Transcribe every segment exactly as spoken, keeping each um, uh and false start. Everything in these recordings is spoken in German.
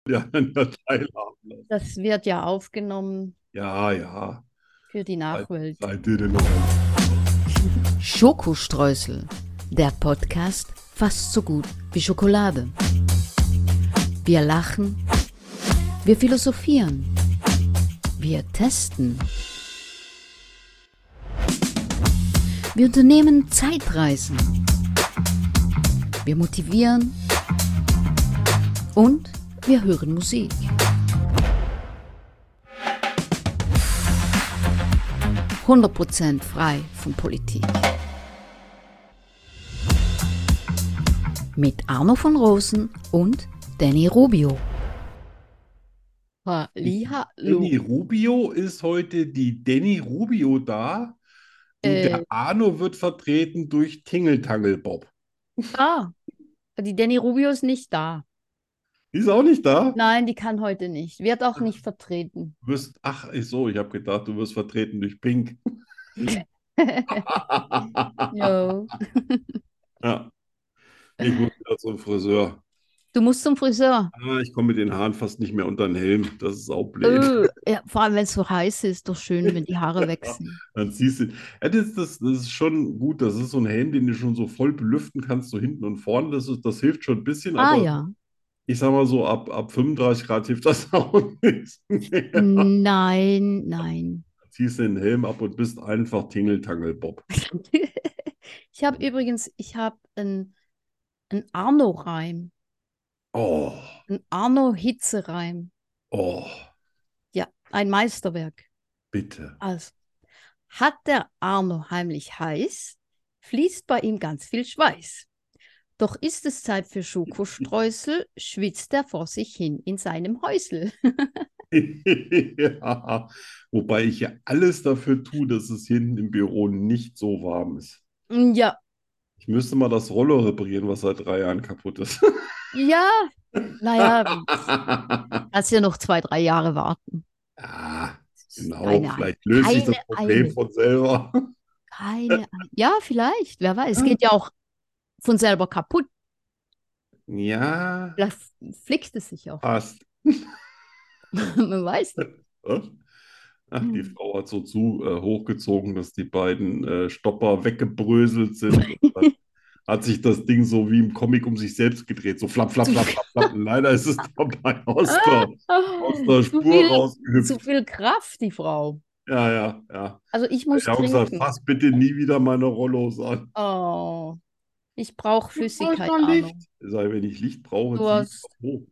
die anderen ja teilhaben lassen. Das wird ja aufgenommen Ja, ja. für die Seid, Nachwelt. seid ihr denn noch ein? Schokostreusel, der Podcast fast so gut wie Schokolade. Wir lachen, wir philosophieren, wir testen. Wir unternehmen Zeitreisen. Wir motivieren und wir hören Musik. hundert Prozent frei von Politik. Mit Arno von Rosen und Danny Rubio. Hallihallo. Danny Rubio ist heute die Danny Rubio da und der Äh, Arno wird vertreten durch Tingeltangel Bob. ah, die Danny Rubio ist nicht da. Die ist auch nicht da? Nein, die kann heute nicht. Wird auch nicht vertreten. Du wirst, ach, ach so, ich habe gedacht, du wirst vertreten durch Pink. Jo. Ja, ich muss wieder zum Friseur. Du musst zum Friseur. Ah, ich komme mit den Haaren fast nicht mehr unter den Helm. Das ist auch blöd. Äh, ja, vor allem, wenn es so heiß ist, doch schön, wenn die Haare wachsen. Dann ziehst du. Ja, das, das, das ist schon gut. Das ist so ein Helm, den du schon so voll belüften kannst, so hinten und vorne. Das ist, das hilft schon ein bisschen, Ah aber ja. ich sag mal so, ab, ab fünfunddreißig Grad hilft das auch nicht mehr. Nein, nein. Ziehst den Helm ab und bist einfach Tingeltangel Bob. Ich habe übrigens, ich habe einen Arno-Reim. Oh, Ein Arno-Hitze-Reim. oh, Ja, ein Meisterwerk. bitte. Also, hat der Arno heimlich heiß, fließt bei ihm ganz viel Schweiß. Doch ist es Zeit für Schokostreusel, schwitzt er vor sich hin in seinem Häusl. Ja, wobei ich ja alles dafür tue, dass es hinten im Büro nicht so warm ist. Ja, Ich müsste mal das Rollo reparieren, was seit drei Jahren kaputt ist. ja, naja, kannst ja noch zwei, drei Jahre warten. Ja, genau. Keine, Vielleicht löst sich keine das Problem Eile, von selber. keine Eile. Ja, vielleicht, wer weiß. Es geht ja auch von selber kaputt. Ja, Vielleicht flixt es sich auch. passt. Man weiß nicht. Ach, die Hm. Frau hat so zu äh, hochgezogen, dass die beiden äh, Stopper weggebröselt sind. Und dann hat sich das Ding so wie im Comic um sich selbst gedreht. So flapp, flapp, flapp, flapp, flapp. Und leider ist es dabei aus der, aus der Zu Spur viel, zu rausgehüpft. viel Kraft, die Frau. Ja, ja, ja. Also ich Ich muss habe gesagt, trinken. fass bitte nie wieder meine Rollos an. Oh, ich brauche Du brauchst Flüssigkeit, doch Arno. Licht. Ich sage, wenn ich Licht brauche, Du ziehe ich hast, doch hoch.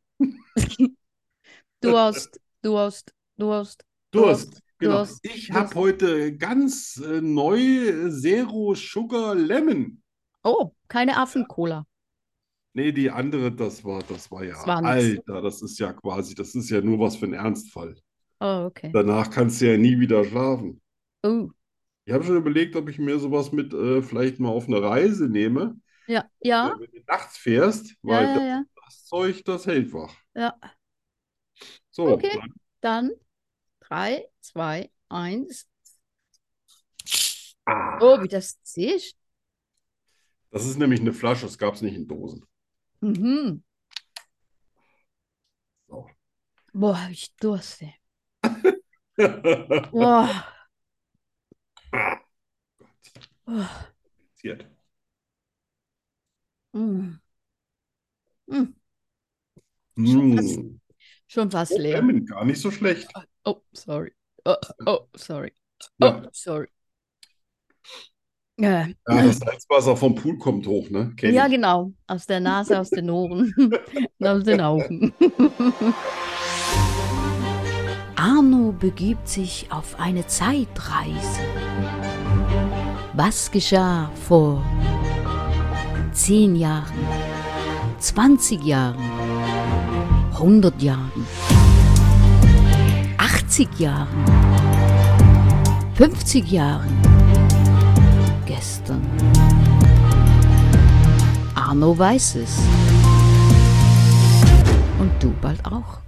du hast, du hast, du hast, du hast, Durst, du genau. hast, Ich du habe hast. heute ganz äh, neu äh, Zero Sugar Lemon. Oh, keine Affencola. Nee, die andere, das war, das war Das ja, war nix. Alter, das ist ja quasi, das ist ja nur was für einen Ernstfall. Oh, okay. Danach kannst du ja nie wieder schlafen. Oh, Ich habe schon überlegt, ob ich mir sowas mit äh, vielleicht mal auf eine Reise nehme, ja, äh, ja, wenn du nachts fährst, ja, weil ja, das, ja, das Zeug, das hält wach. ja. So, Okay, dann, dann drei, zwei, eins. Oh, ah, wie das zischt. das ist nämlich eine Flasche, das gab es nicht in Dosen. Mhm. So. Boah, hab ich Durste. Boah. Ah, Oh. kompliziert. Mm. Mm. Schon fast, Mm. schon fast Oh, leer. Lemon, gar nicht so schlecht. Oh, sorry. Oh, oh, sorry. Oh, Ja, sorry. Äh, ja, das Salzwasser vom Pool kommt hoch, ne? Kenne ja, ich. genau. Aus der Nase, aus den Ohren und aus den Augen. Arno begibt sich auf eine Zeitreise. Was geschah vor zehn Jahren, zwanzig Jahren, hundert Jahren, achtzig Jahren, fünfzig Jahren, gestern? Arno weiß es. Und du bald auch.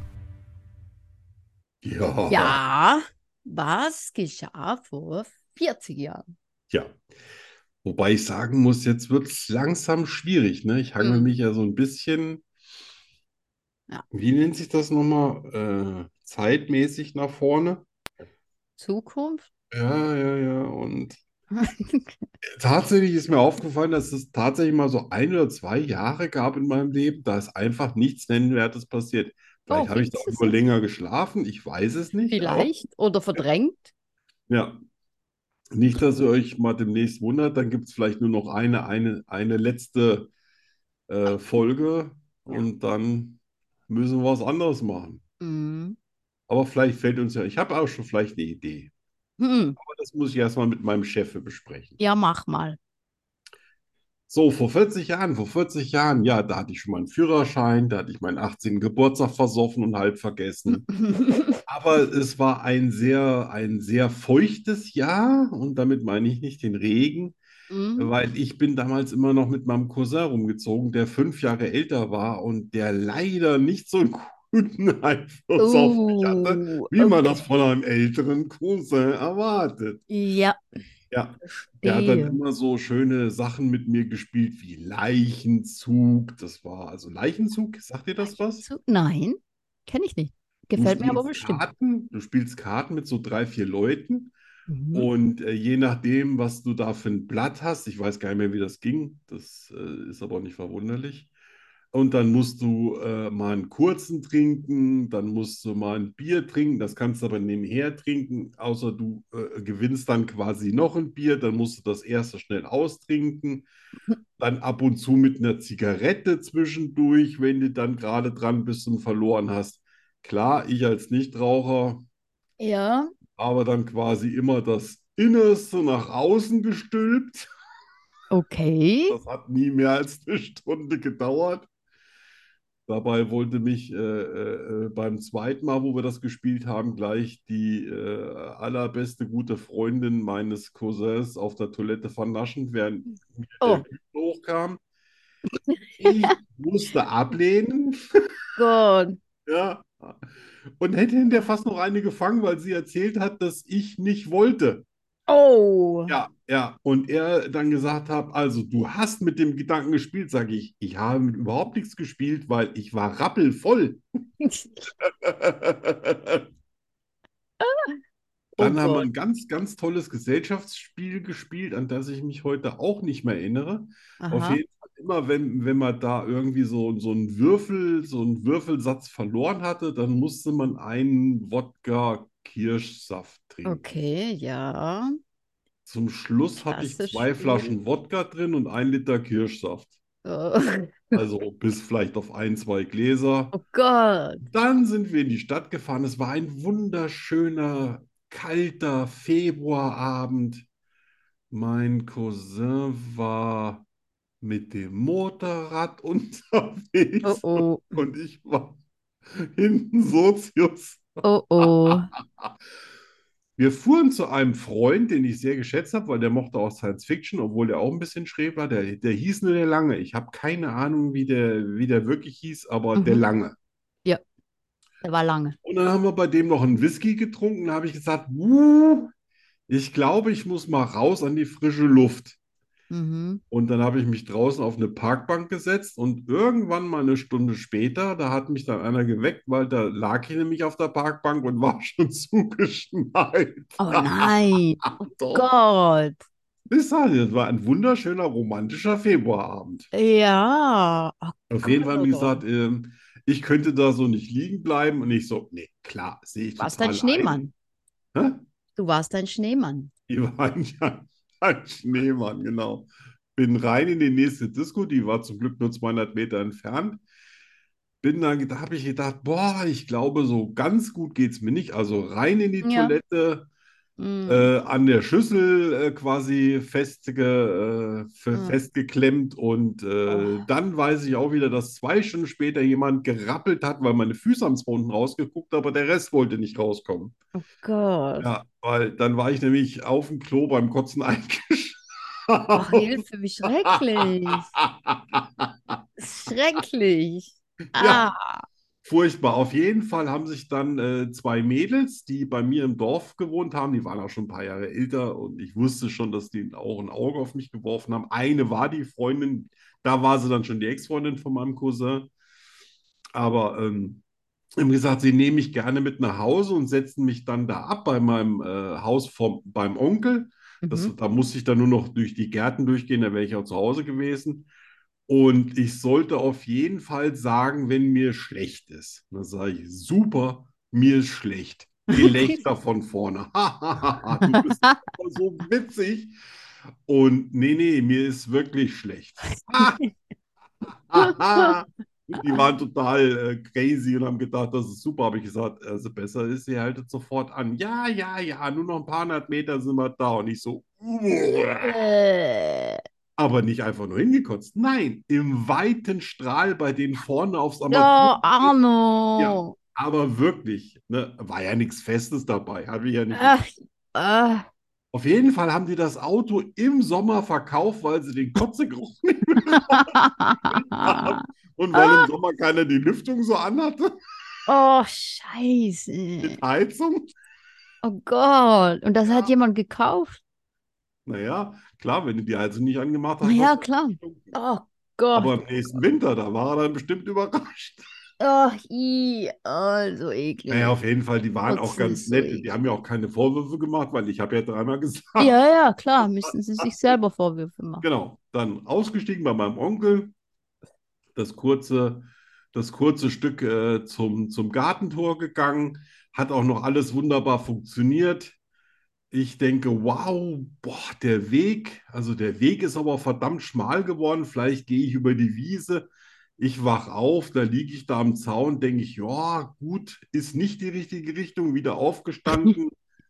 Ja. Ja, was geschah vor vierzig Jahren? Ja. Wobei ich sagen muss, jetzt wird es langsam schwierig, ne? Ich hangel Hm. mich ja so ein bisschen Ja. Wie nennt sich das nochmal? Äh, zeitmäßig nach vorne? Zukunft? Ja, ja, ja. Und tatsächlich ist mir aufgefallen, dass es tatsächlich mal so ein oder zwei Jahre gab in meinem Leben, da ist einfach nichts Nennenswertes passiert. Oh, Vielleicht habe ich da gibt auch es nur es? länger geschlafen, ich weiß es nicht, aber Vielleicht. Oder verdrängt? ja, nicht, dass ihr euch mal demnächst wundert, dann gibt es vielleicht nur noch eine, eine, eine letzte äh, Folge Ja. und dann müssen wir was anderes machen. Mhm. Aber vielleicht fällt uns ja, ich habe auch schon vielleicht eine Idee. Hm. Aber das muss ich erstmal mit meinem Chef besprechen. Ja, mach mal. So, vor vierzig Jahren, vor vierzig Jahren, ja, da hatte ich schon meinen Führerschein, da hatte ich meinen achtzehnten Geburtstag versoffen und halb vergessen. Aber es war ein sehr, ein sehr feuchtes Jahr und damit meine ich nicht den Regen, Mhm. weil ich bin damals immer noch mit meinem Cousin rumgezogen, der fünf Jahre älter war und der leider nicht so einen guten Einfluss auf mich hatte, Oh, wie man das von okay. einem älteren Cousin erwartet. Ja, Ja, der hat dann verstehe. immer so schöne Sachen mit mir gespielt wie Leichenzug. Das war also Leichenzug, sagt dir das was? Zu? Nein, kenne ich nicht. Du Gefällt mir aber spielst bestimmt. Karten, du spielst Karten mit so drei, vier Leuten Mhm. und äh, je nachdem, was du da für ein Blatt hast, ich weiß gar nicht mehr, wie das ging, das äh, ist aber nicht verwunderlich. Und dann musst du äh, mal einen kurzen trinken, dann musst du mal ein Bier trinken, das kannst du aber nebenher trinken, außer du äh, gewinnst dann quasi noch ein Bier, dann musst du das erste schnell austrinken, dann ab und zu mit einer Zigarette zwischendurch, wenn du dann gerade dran bist und verloren hast. Klar, ich als Nichtraucher, Ja, aber dann quasi immer das Innerste nach außen gestülpt. okay. Das hat nie mehr als eine Stunde gedauert. Dabei wollte mich äh, äh, äh, beim zweiten Mal, wo wir das gespielt haben, gleich die äh, allerbeste gute Freundin meines Cousins auf der Toilette vernaschen, während mir der Oh Kühl hochkam. Ich musste ablehnen, Gott. ja, und hätte hinterher fast noch eine gefangen, weil sie erzählt hat, dass ich nicht wollte. Oh. Ja, ja. Und er dann gesagt hat, also du hast mit dem Gedanken gespielt, sage ich, ich habe mit überhaupt nichts gespielt, weil ich war rappelvoll. Oh Dann haben wir Gott. ein ganz, ganz tolles Gesellschaftsspiel gespielt, an das ich mich heute auch nicht mehr erinnere. Auf Aha. jeden Fall immer, wenn, wenn man da irgendwie so, so einen Würfel, so einen Würfelsatz verloren hatte, dann musste man einen Wodka-Kirschsaft trinken. Okay, ja. Zum Schluss hatte ich Klasse zwei Spiel. Flaschen Wodka drin und ein Liter Kirschsaft. Oh, Also bis vielleicht auf ein, zwei Gläser. oh Gott. Dann sind wir in die Stadt gefahren. Es war ein wunderschöner, kalter Februarabend. Mein Cousin war mit dem Motorrad Oh unterwegs oh. und ich war hinten Sozius. Oh oh. Wir fuhren zu einem Freund, den ich sehr geschätzt habe, weil der mochte auch Science Fiction, obwohl der auch ein bisschen schräg war. Der, der hieß nur der Lange. Ich habe keine Ahnung, wie der, wie der wirklich hieß, aber der Mhm. Lange. Ja, der war lange. Und dann haben wir bei dem noch einen Whisky getrunken. Da habe ich gesagt, uh, ich glaube, ich muss mal raus an die frische Luft. Mhm. Und dann habe ich mich draußen auf eine Parkbank gesetzt und irgendwann mal eine Stunde später, da hat mich dann einer geweckt, weil da lag ich nämlich auf der Parkbank und war schon zugeschneit. Oh nein. Oh Doch. Gott. Ich sage dir, das war ein wunderschöner romantischer Februarabend. Ja. Oh Auf jeden Fall Gott, haben oh die Gott. gesagt, ähm, ich könnte da so nicht liegen bleiben. Und ich so, nee, klar, sehe ich Du warst ein total ein. Schneemann. Hä? Du warst ein Schneemann. Die waren ja ein Schneemann, genau. Bin rein in die nächste Disco, die war zum Glück nur zweihundert Meter entfernt. Bin dann, da habe ich gedacht, boah, ich glaube, so ganz gut geht es mir nicht. Also rein in die Ja. Toilette, Mm. äh, an der Schüssel äh, quasi festge, äh, fe- Mm. festgeklemmt und äh, Oh, dann weiß ich auch wieder, dass zwei Stunden später jemand gerappelt hat, weil meine Füße haben zwar unten rausgeguckt, aber der Rest wollte nicht rauskommen. oh Gott. Ja, weil dann war ich nämlich auf dem Klo beim Kotzen Ach, eingeschlafen. Hilfe, wie schrecklich. Schrecklich. Ja, Ah. furchtbar. Auf jeden Fall haben sich dann äh, zwei Mädels, die bei mir im Dorf gewohnt haben, die waren auch schon ein paar Jahre älter und ich wusste schon, dass die auch ein Auge auf mich geworfen haben. Eine war die Freundin, da war sie dann schon die Ex-Freundin von meinem Cousin. Aber ähm, haben gesagt, sie nehmen mich gerne mit nach Hause und setzen mich dann da ab bei meinem äh, Haus vom, beim Onkel. Das, Mhm. da musste ich dann nur noch durch die Gärten durchgehen, da wäre ich auch zu Hause gewesen. Und ich sollte auf jeden Fall sagen, wenn mir schlecht ist. Dann sage ich, super, mir ist schlecht. Gelächter von vorne. Du bist immer so witzig. Und nee, nee, mir ist wirklich schlecht. Und die waren total äh, crazy und haben gedacht, das ist super. Habe ich gesagt, also besser ist, ihr haltet sofort an. Ja, ja, ja, nur noch ein paar hundert Meter sind wir da. Und ich so, Äh, aber nicht einfach nur hingekotzt. Nein, im weiten Strahl bei denen vorne aufs oh, Armaturenbrett. Ja, Arno. aber wirklich, ne, war ja nichts Festes dabei, habe ich ja nicht Ach, gekriegt. ah, Auf jeden Fall haben die das Auto im Sommer verkauft, weil sie den Kotzegeruch nicht mehr haben und weil im Sommer keiner die Lüftung so anhatte oh, Scheiße. mit Heizung. Oh Gott. Und das hat Ja, jemand gekauft? naja, klar, wenn du die Heizung nicht angemacht hast, Ja, hast du klar. gestunken. Oh Gott. Aber im nächsten Winter, da war er dann bestimmt überrascht. Oh, i, oh, so Naja, eklig. auf jeden Fall, die waren auch Kotzen ganz ist so nett. Die haben mir auch eklig. keine Vorwürfe gemacht, weil ich habe ja dreimal gesagt. Ja, ja, klar, müssen sie sich selber Vorwürfe machen. Genau, dann ausgestiegen bei meinem Onkel, das kurze, das kurze Stück äh, zum, zum Gartentor gegangen, hat auch noch alles wunderbar funktioniert. Ich denke, wow, boah, der Weg, also der Weg ist aber verdammt schmal geworden. Vielleicht gehe ich über die Wiese. Ich wach auf, da liege ich da am Zaun, denke ich, ja, gut, ist nicht die richtige Richtung, wieder aufgestanden.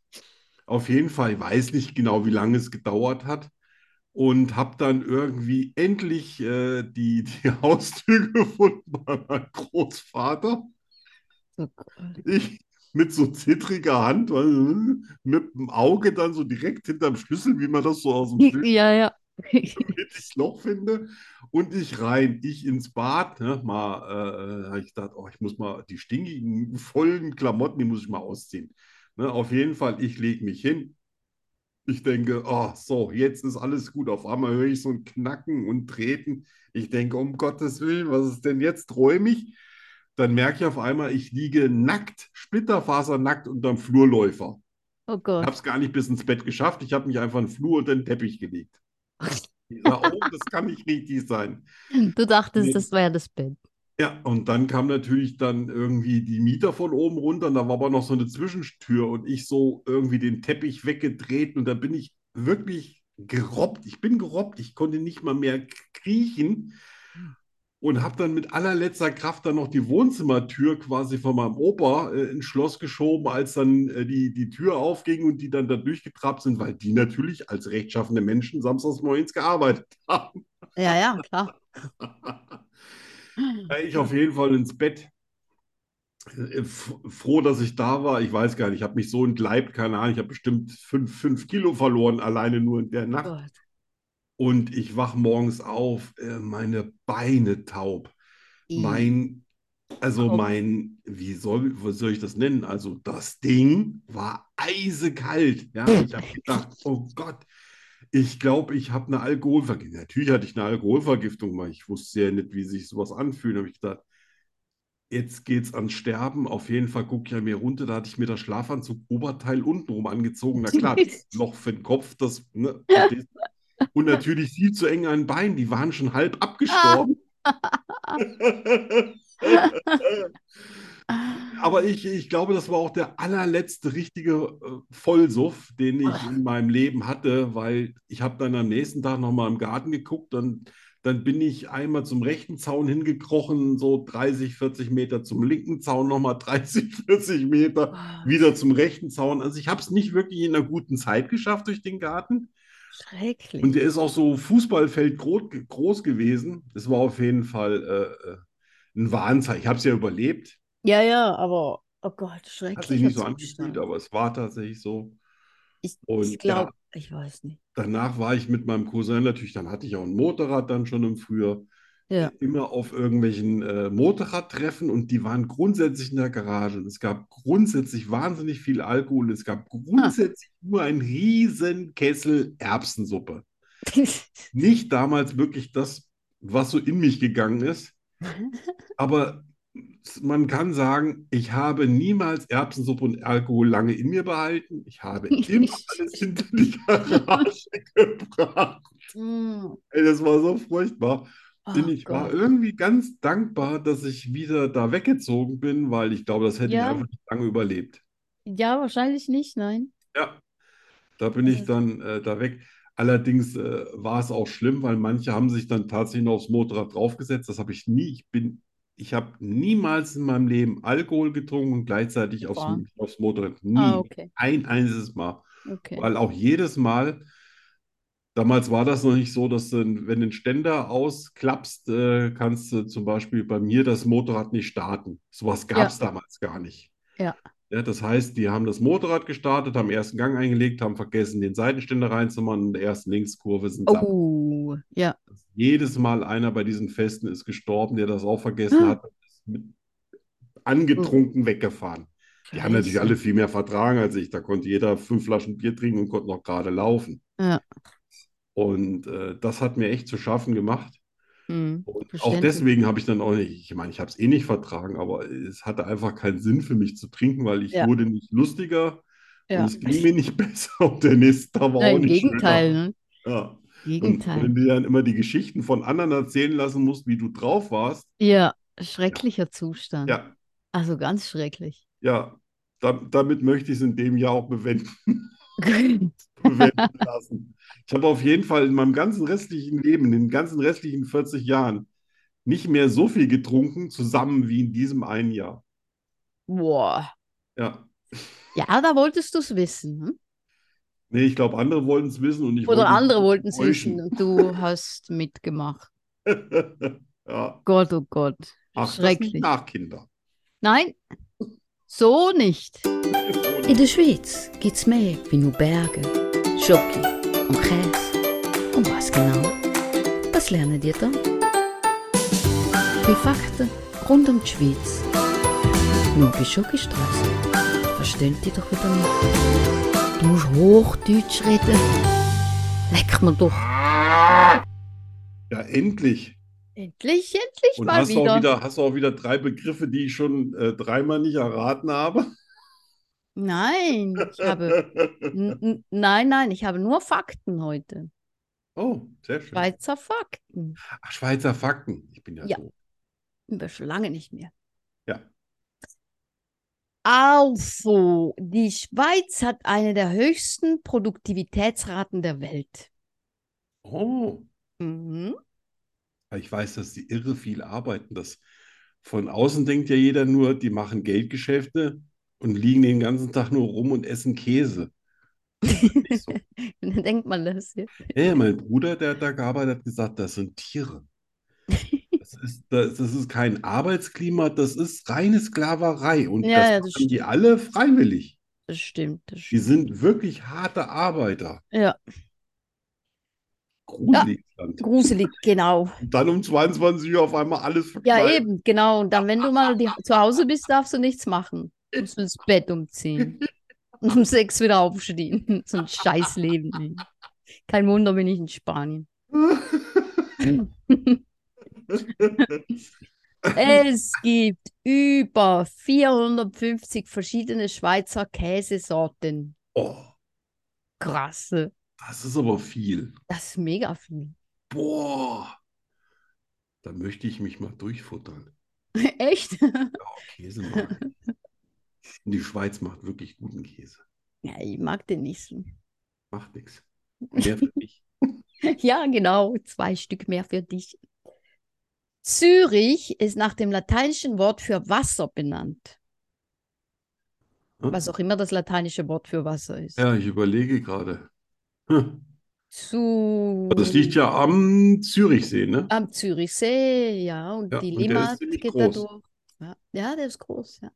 Auf jeden Fall, ich weiß nicht genau, wie lange es gedauert hat und habe dann irgendwie endlich äh, die, die Haustür gefunden bei meinem Großvater. Oh Gott. Ich mit so zittriger Hand, weil, äh, mit dem Auge dann so direkt hinterm Schlüssel, wie man das so aus dem Film, Ja, ja. damit ich das Loch finde. Und ich rein, ich ins Bad. Ne, mal, äh, habe ich gedacht, oh, ich muss mal die stinkigen, vollen Klamotten, die muss ich mal ausziehen. Ne, auf jeden Fall, ich lege mich hin. Ich denke, oh, so, jetzt ist alles gut. Auf einmal höre ich so ein Knacken und Treten. Ich denke, um Gottes Willen, was ist denn jetzt? Träume ich? Dann merke ich auf einmal, ich liege nackt, splitterfasernackt unterm Flurläufer. Oh Ich habe Gott. es gar nicht bis ins Bett geschafft. Ich habe mich einfach in den Flur unter den Teppich gelegt. Ich sage, oh, das kann nicht richtig sein. Du dachtest, Nee. das wäre das Bett. Ja, und dann kam natürlich dann irgendwie die Mieter von oben runter und da war aber noch so eine Zwischentür und ich so irgendwie den Teppich weggedreht und da bin ich wirklich gerobbt. Ich bin gerobbt, ich konnte nicht mal mehr kriechen und habe dann mit allerletzter Kraft dann noch die Wohnzimmertür quasi von meinem Opa äh, ins Schloss geschoben, als dann äh, die, die Tür aufging und die dann da durchgetrabt sind, weil die natürlich als rechtschaffene Menschen samstags morgens gearbeitet haben. Ja, ja, klar. Ich auf jeden Fall ins Bett. Äh, f- Froh, dass ich da war. Ich weiß gar nicht, ich habe mich so entleibt, keine Ahnung. Ich habe bestimmt fünf, fünf Kilo verloren, alleine nur in der Oh Nacht. Gott. Und ich wach morgens auf, äh, meine Beine taub. I, Mein, also Kopf. mein, wie soll, was soll ich das nennen? Also das Ding war eisekalt. Ja, ich habe gedacht, oh Gott, ich glaube, ich habe eine Alkoholvergiftung. Natürlich hatte ich eine Alkoholvergiftung, weil ich wusste ja nicht, wie sich sowas anfühlt. Da habe ich gedacht, jetzt geht's ans Sterben. Auf jeden Fall gucke ich an mir runter. Da hatte ich mir das Schlafanzug Oberteil untenrum angezogen. Na klar, das Loch für den Kopf, das, ne, verstehst du? Und natürlich viel zu eng an den Beinen. Die waren schon halb abgestorben. Aber ich, ich glaube, das war auch der allerletzte richtige äh, Vollsuff, den ich in meinem Leben hatte, weil ich habe dann am nächsten Tag nochmal im Garten geguckt und dann bin ich einmal zum rechten Zaun hingekrochen, so dreißig, vierzig Meter zum linken Zaun, nochmal dreißig, vierzig Meter wieder zum rechten Zaun. Also ich habe es nicht wirklich in einer guten Zeit geschafft durch den Garten. Und der Schrecklich. ist auch so Fußballfeld groß, groß gewesen. Das war auf jeden Fall äh, äh, ein Wahnsinn. Ich habe es ja überlebt. Ja, ja, aber oh Gott, Hat sich schrecklicher nicht so angefühlt, Zustand. aber es war tatsächlich so. Ich, ich Und ja, glaube, ich weiß nicht. danach war ich mit meinem Cousin natürlich, dann hatte ich auch ein Motorrad dann schon im Frühjahr, äh, Ja. immer auf irgendwelchen äh, Motorradtreffen und die waren grundsätzlich in der Garage. Und es gab grundsätzlich wahnsinnig viel Alkohol. Es gab Ah. grundsätzlich nur einen riesen Kessel Erbsensuppe. Nicht damals wirklich das, was so in mich gegangen ist, aber Man kann sagen, ich habe niemals Erbsensuppe und Alkohol lange in mir behalten. Ich habe immer alles hinter die Garage gebracht. Mm. Ey, das war so furchtbar. Und Oh ich war Gott. irgendwie ganz dankbar, dass ich wieder da weggezogen bin, weil ich glaube, das hätte ich Ja, einfach nicht lange überlebt. ja, wahrscheinlich nicht, nein. Ja, da bin ich Also, dann äh, da weg. Allerdings äh, war es auch schlimm, weil manche haben sich dann tatsächlich noch aufs Motorrad draufgesetzt. Das habe ich nie. Ich bin, ich habe niemals in meinem Leben Alkohol getrunken und gleichzeitig aufs, gefahren. aufs Motorrad. Ah, Nie. okay. Ein einziges Mal. Okay. Weil auch jedes Mal, damals war das noch nicht so, dass du, wenn du den Ständer ausklappst, äh, kannst du zum Beispiel bei mir das Motorrad nicht starten. Sowas gab Ja, es damals gar nicht. ja. Ja, das heißt, die haben das Motorrad gestartet, haben ersten Gang eingelegt, haben vergessen, den Seitenständer reinzumachen. In der ersten Linkskurve sind sie ab. Oh, ja. Jedes Mal einer bei diesen Festen ist gestorben, der das auch vergessen Ah, hat, und ist mit oh, angetrunken weggefahren. Die haben natürlich alle Scheiße. viel mehr vertragen als ich. Da konnte jeder fünf Flaschen Bier trinken und konnte noch gerade laufen. Ja, Und äh, das hat mir echt zu schaffen gemacht. hm, Und auch verständlich. deswegen habe ich dann auch nicht, ich meine, ich habe es eh nicht vertragen, aber es hatte einfach keinen Sinn für mich zu trinken, weil ich Ja, wurde nicht lustiger und ja. es ging mir nicht besser und der nächste Tag war Na, auch im nicht Gegenteil, schöner. ne? Ja. Und Gegenteil. wenn du dir dann immer die Geschichten von anderen erzählen lassen musst, wie du drauf warst, Ja, ja, schrecklicher Zustand. ja, Also ganz schrecklich. ja, da, damit möchte ich es in dem Jahr auch bewenden, bewenden lassen. Ich habe auf jeden Fall in meinem ganzen restlichen Leben, in den ganzen restlichen vierzig Jahren, nicht mehr so viel getrunken zusammen wie in diesem einen Jahr. Boah. Ja. Ja, da wolltest du es wissen. Hm? Nee, ich glaube, andere wollten es wissen und ich Oder wollte sie andere nicht wollten es wissen enttäuschen. und du hast mitgemacht. Ja. Gott, oh Gott. Ach, das nicht Schrecklich. nach, Kinder. Nein, so nicht. So In der nicht. Schweiz gibt's mehr wie nur Berge, Schoki und Käse. Und was genau? Das lernen die dann. Die Fakten rund um die Schweiz. Nur bei Schokistraße. Verstehen die doch wieder nicht. Du musst Hochdeutsch reden. Leck mir doch. Ja, endlich. Endlich, endlich Und mal hast du auch wieder. wieder, hast du auch wieder drei Begriffe, die ich schon äh, dreimal nicht erraten habe? Nein, ich habe, n- n- nein, nein, ich habe nur Fakten heute. Oh, sehr schön. Schweizer Fakten. Ach, Schweizer Fakten. Ich bin ja Ja, doof. aber schon lange nicht mehr. Ja. Also, die Schweiz hat eine der höchsten Produktivitätsraten der Welt. Oh, Mhm. ich weiß, dass die irre viel arbeiten. Das von außen denkt ja jeder nur, die machen Geldgeschäfte und liegen den ganzen Tag nur rum und essen Käse. Das ist nicht so. Dann denkt man das hier. Ja, ja, mein Bruder, der hat da gearbeitet, hat gesagt, das sind Tiere. Das ist, das, das ist kein Arbeitsklima, das ist reine Sklaverei. Und Ja, das ja, das machen die stimmt. alle freiwillig. Das stimmt, das Die stimmt. sind wirklich harte Arbeiter. Ja, ja, Gruseliges Land. gruselig, genau. Und dann um zweiundzwanzig Uhr auf einmal alles Ja, verknallt. eben, genau. Und dann, wenn du mal die, zu Hause bist, darfst du nichts machen. Musst du ins Bett umziehen. Und um sechs wieder aufstehen. So ein Scheißleben. Ey. Kein Wunder, bin ich in Spanien. Es gibt über vierhundertfünfzig verschiedene Schweizer Käsesorten. Oh, Krasse. das ist aber viel. Das ist mega viel. Boah, da möchte ich mich mal durchfuttern. Echt? Ja, Käse mag ich. Und die Schweiz macht wirklich guten Käse. Ja, ich mag den nicht so. Macht nichts. Mehr für mich. Ja, genau. Zwei Stück mehr für dich. Zürich ist nach dem lateinischen Wort für Wasser benannt. Hm? Was auch immer das lateinische Wort für Wasser ist. Ja, ich überlege gerade. Hm. Das liegt Zu ja am Zürichsee, ne? am Zürichsee, ja, und Ja, die und der ist Limmat ziemlich geht da groß. durch. Ja, ja, der ist groß, ja.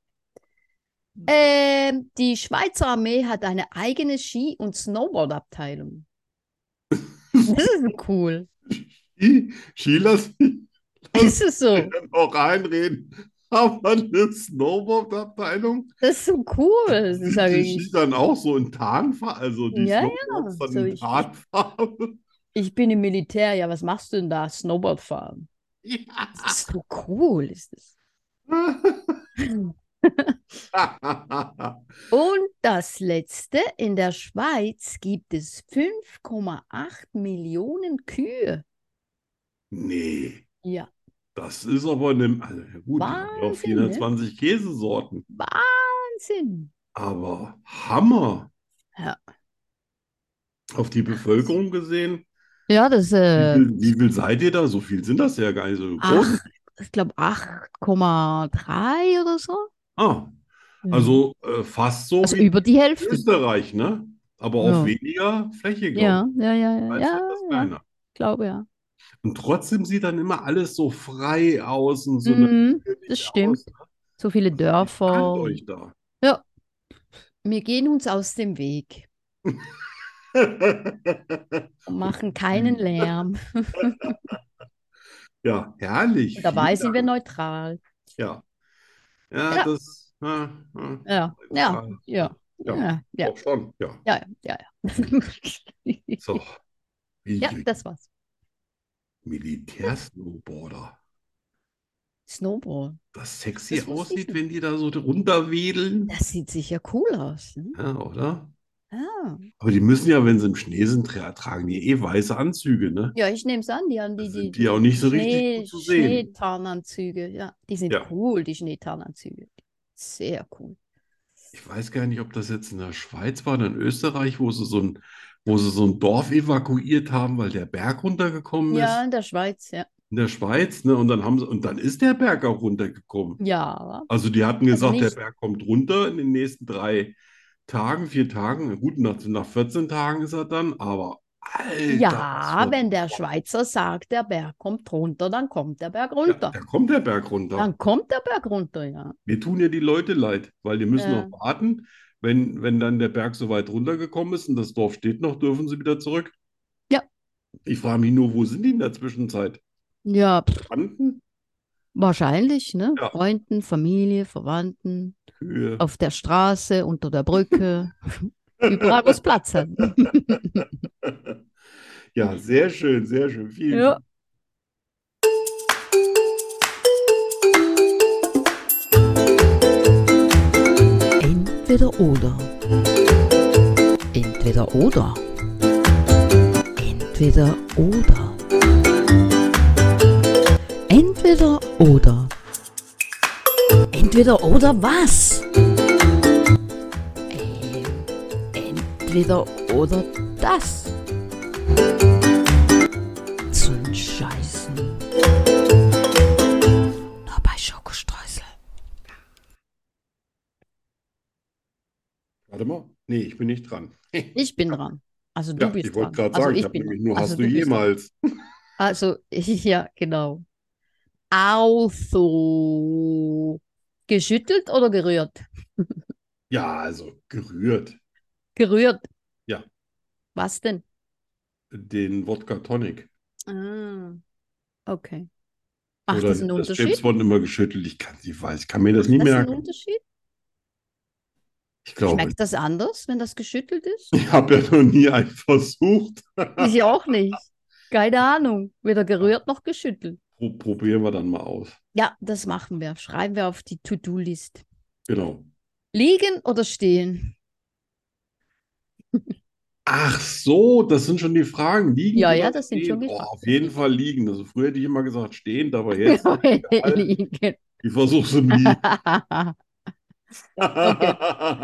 Ähm, die Schweizer Armee hat eine eigene Ski- und Snowboard-Abteilung. Das ist cool. Ski, Ski, lass mich Ist es so? noch reinreden. Aber eine Snowboard-Abteilung, Das ist so cool, sind sage die Ski ich. dann auch so in Tarnfarbe, also die Ja, Snowboards ja. dann So, in ich, ich, Tarnfarbe? ich bin im Militär, ja, was machst du denn da? Snowboard fahren. Ja. Das ist so cool, ist es. Und das letzte, in der Schweiz gibt es fünf Komma acht Millionen Kühe. Nee, Ja, das ist aber eine, also ja gut, die haben ja auch Wahnsinn, ne? vierhundertzwanzig Käsesorten. Wahnsinn. Aber Hammer. Ja, Auf die Bevölkerung gesehen, ja das wie äh, viel, wie viel seid ihr da? So viel sind das ja gar nicht so groß. acht, ich glaube acht Komma drei oder so. Ah, Ja. also äh, fast so Also wie über die Hälfte. Österreich, ne? Aber auf Ja, weniger Fläche, glaube ja, ich. ja, ja, ja, Als ja, etwas ja, kleiner. ich glaube ja. Und trotzdem sieht dann immer alles so frei aus und so Mhm, das natürlich stimmt. aus. So viele Wie plant Dörfer. euch da? Ja, wir gehen uns aus dem Weg und machen keinen Lärm. Ja, herrlich. Und dabei Vielen sind wir Dank. neutral. Ja, ja, Ja, das, ja, ja, ja, ja, neutral. ja, Ja, ja, ja, doch schon, ja. ja, ja, ja. So, Ja, wie das war's. Militärsnowboarder. Snowball. Das sexy Das wusste ich aussieht, nicht. wenn die da so runterwedeln. Das sieht sicher cool aus. Ne? Ja, oder? Ah. Aber die müssen ja, wenn sie im Schnee sind, tra tragen die eh weiße Anzüge, ne? Ja, ich nehme es an, die haben Da die, die, sind die auch die nicht so richtig Schnee, gut zu sehen. Schneetarnanzüge. Ja, die sind Ja, cool, die Schneetarnanzüge. Sehr cool. ich weiß gar nicht, ob das jetzt in der Schweiz war oder in Österreich, wo sie so ein, wo sie so ein Dorf evakuiert haben, weil der Berg runtergekommen Ja, ist. in der Schweiz, ja. In der Schweiz, ne? Und dann haben sie, und dann ist der Berg auch runtergekommen. Ja, Also die hatten also gesagt, der nicht. Berg kommt runter in den nächsten drei Tagen, vier Tagen. Na gut, nach, nach vierzehn Tagen ist er dann, aber Alter, was für Ja, ein wenn der Dorf. Schweizer sagt, der Berg kommt runter, dann kommt der Berg Ja, runter. da kommt der Berg runter. Dann kommt der Berg runter, ja. Mir tun ja die Leute leid, weil die müssen noch Äh, warten. Wenn, wenn dann der Berg so weit runtergekommen ist und das Dorf steht noch, dürfen sie wieder zurück. ja, Ich frage mich nur, wo sind die in der Zwischenzeit? ja, pff, Verwandten? wahrscheinlich, ne? Ja, Freunden, Familie, Verwandten, Kühe. auf der Straße, unter der Brücke, überall, wo es Platz hat. Ja, sehr schön, sehr schön. Vielen, Ja. vielen Entweder oder. Entweder oder. Entweder oder. Entweder oder. Entweder oder was? Ähm, entweder oder das. Zum Scheißen. Nur bei Schokostreusel. Warte mal. Nee, ich bin nicht dran. Ich bin dran. Also du Ja, ich bist wollte dran. gerade Also sagen, ich ich habe bin nämlich dran. nur, Also hast du du bist dran. jemals? Also ja, genau. Also geschüttelt oder gerührt? Ja, also gerührt. Gerührt. Ja, Was denn? den Wodka Tonic. Ah, okay. Macht Oder das einen nimmt das Unterschied? James Bond immer geschüttelt? Ich kann, ich weiß, ich kann mir das nie Macht das einen merken. Unterschied? Ich glaube, Schmeckt das anders, wenn das geschüttelt ist? ich habe ja noch nie einen versucht. Ich auch nicht. Keine Ahnung. Weder gerührt noch geschüttelt. Pro probieren wir dann mal aus. Ja, das machen wir. Schreiben wir auf die To-Do-List. Genau. Liegen oder stehen? Ach so, das sind schon die Fragen. Liegend Ja, oder ja, das sind schon stehend? die Oh, Fragen. auf jeden Fall liegen. Also früher hätte ich immer gesagt stehend, aber jetzt, egal, Liegen. ich versuche es im Liegen. Okay.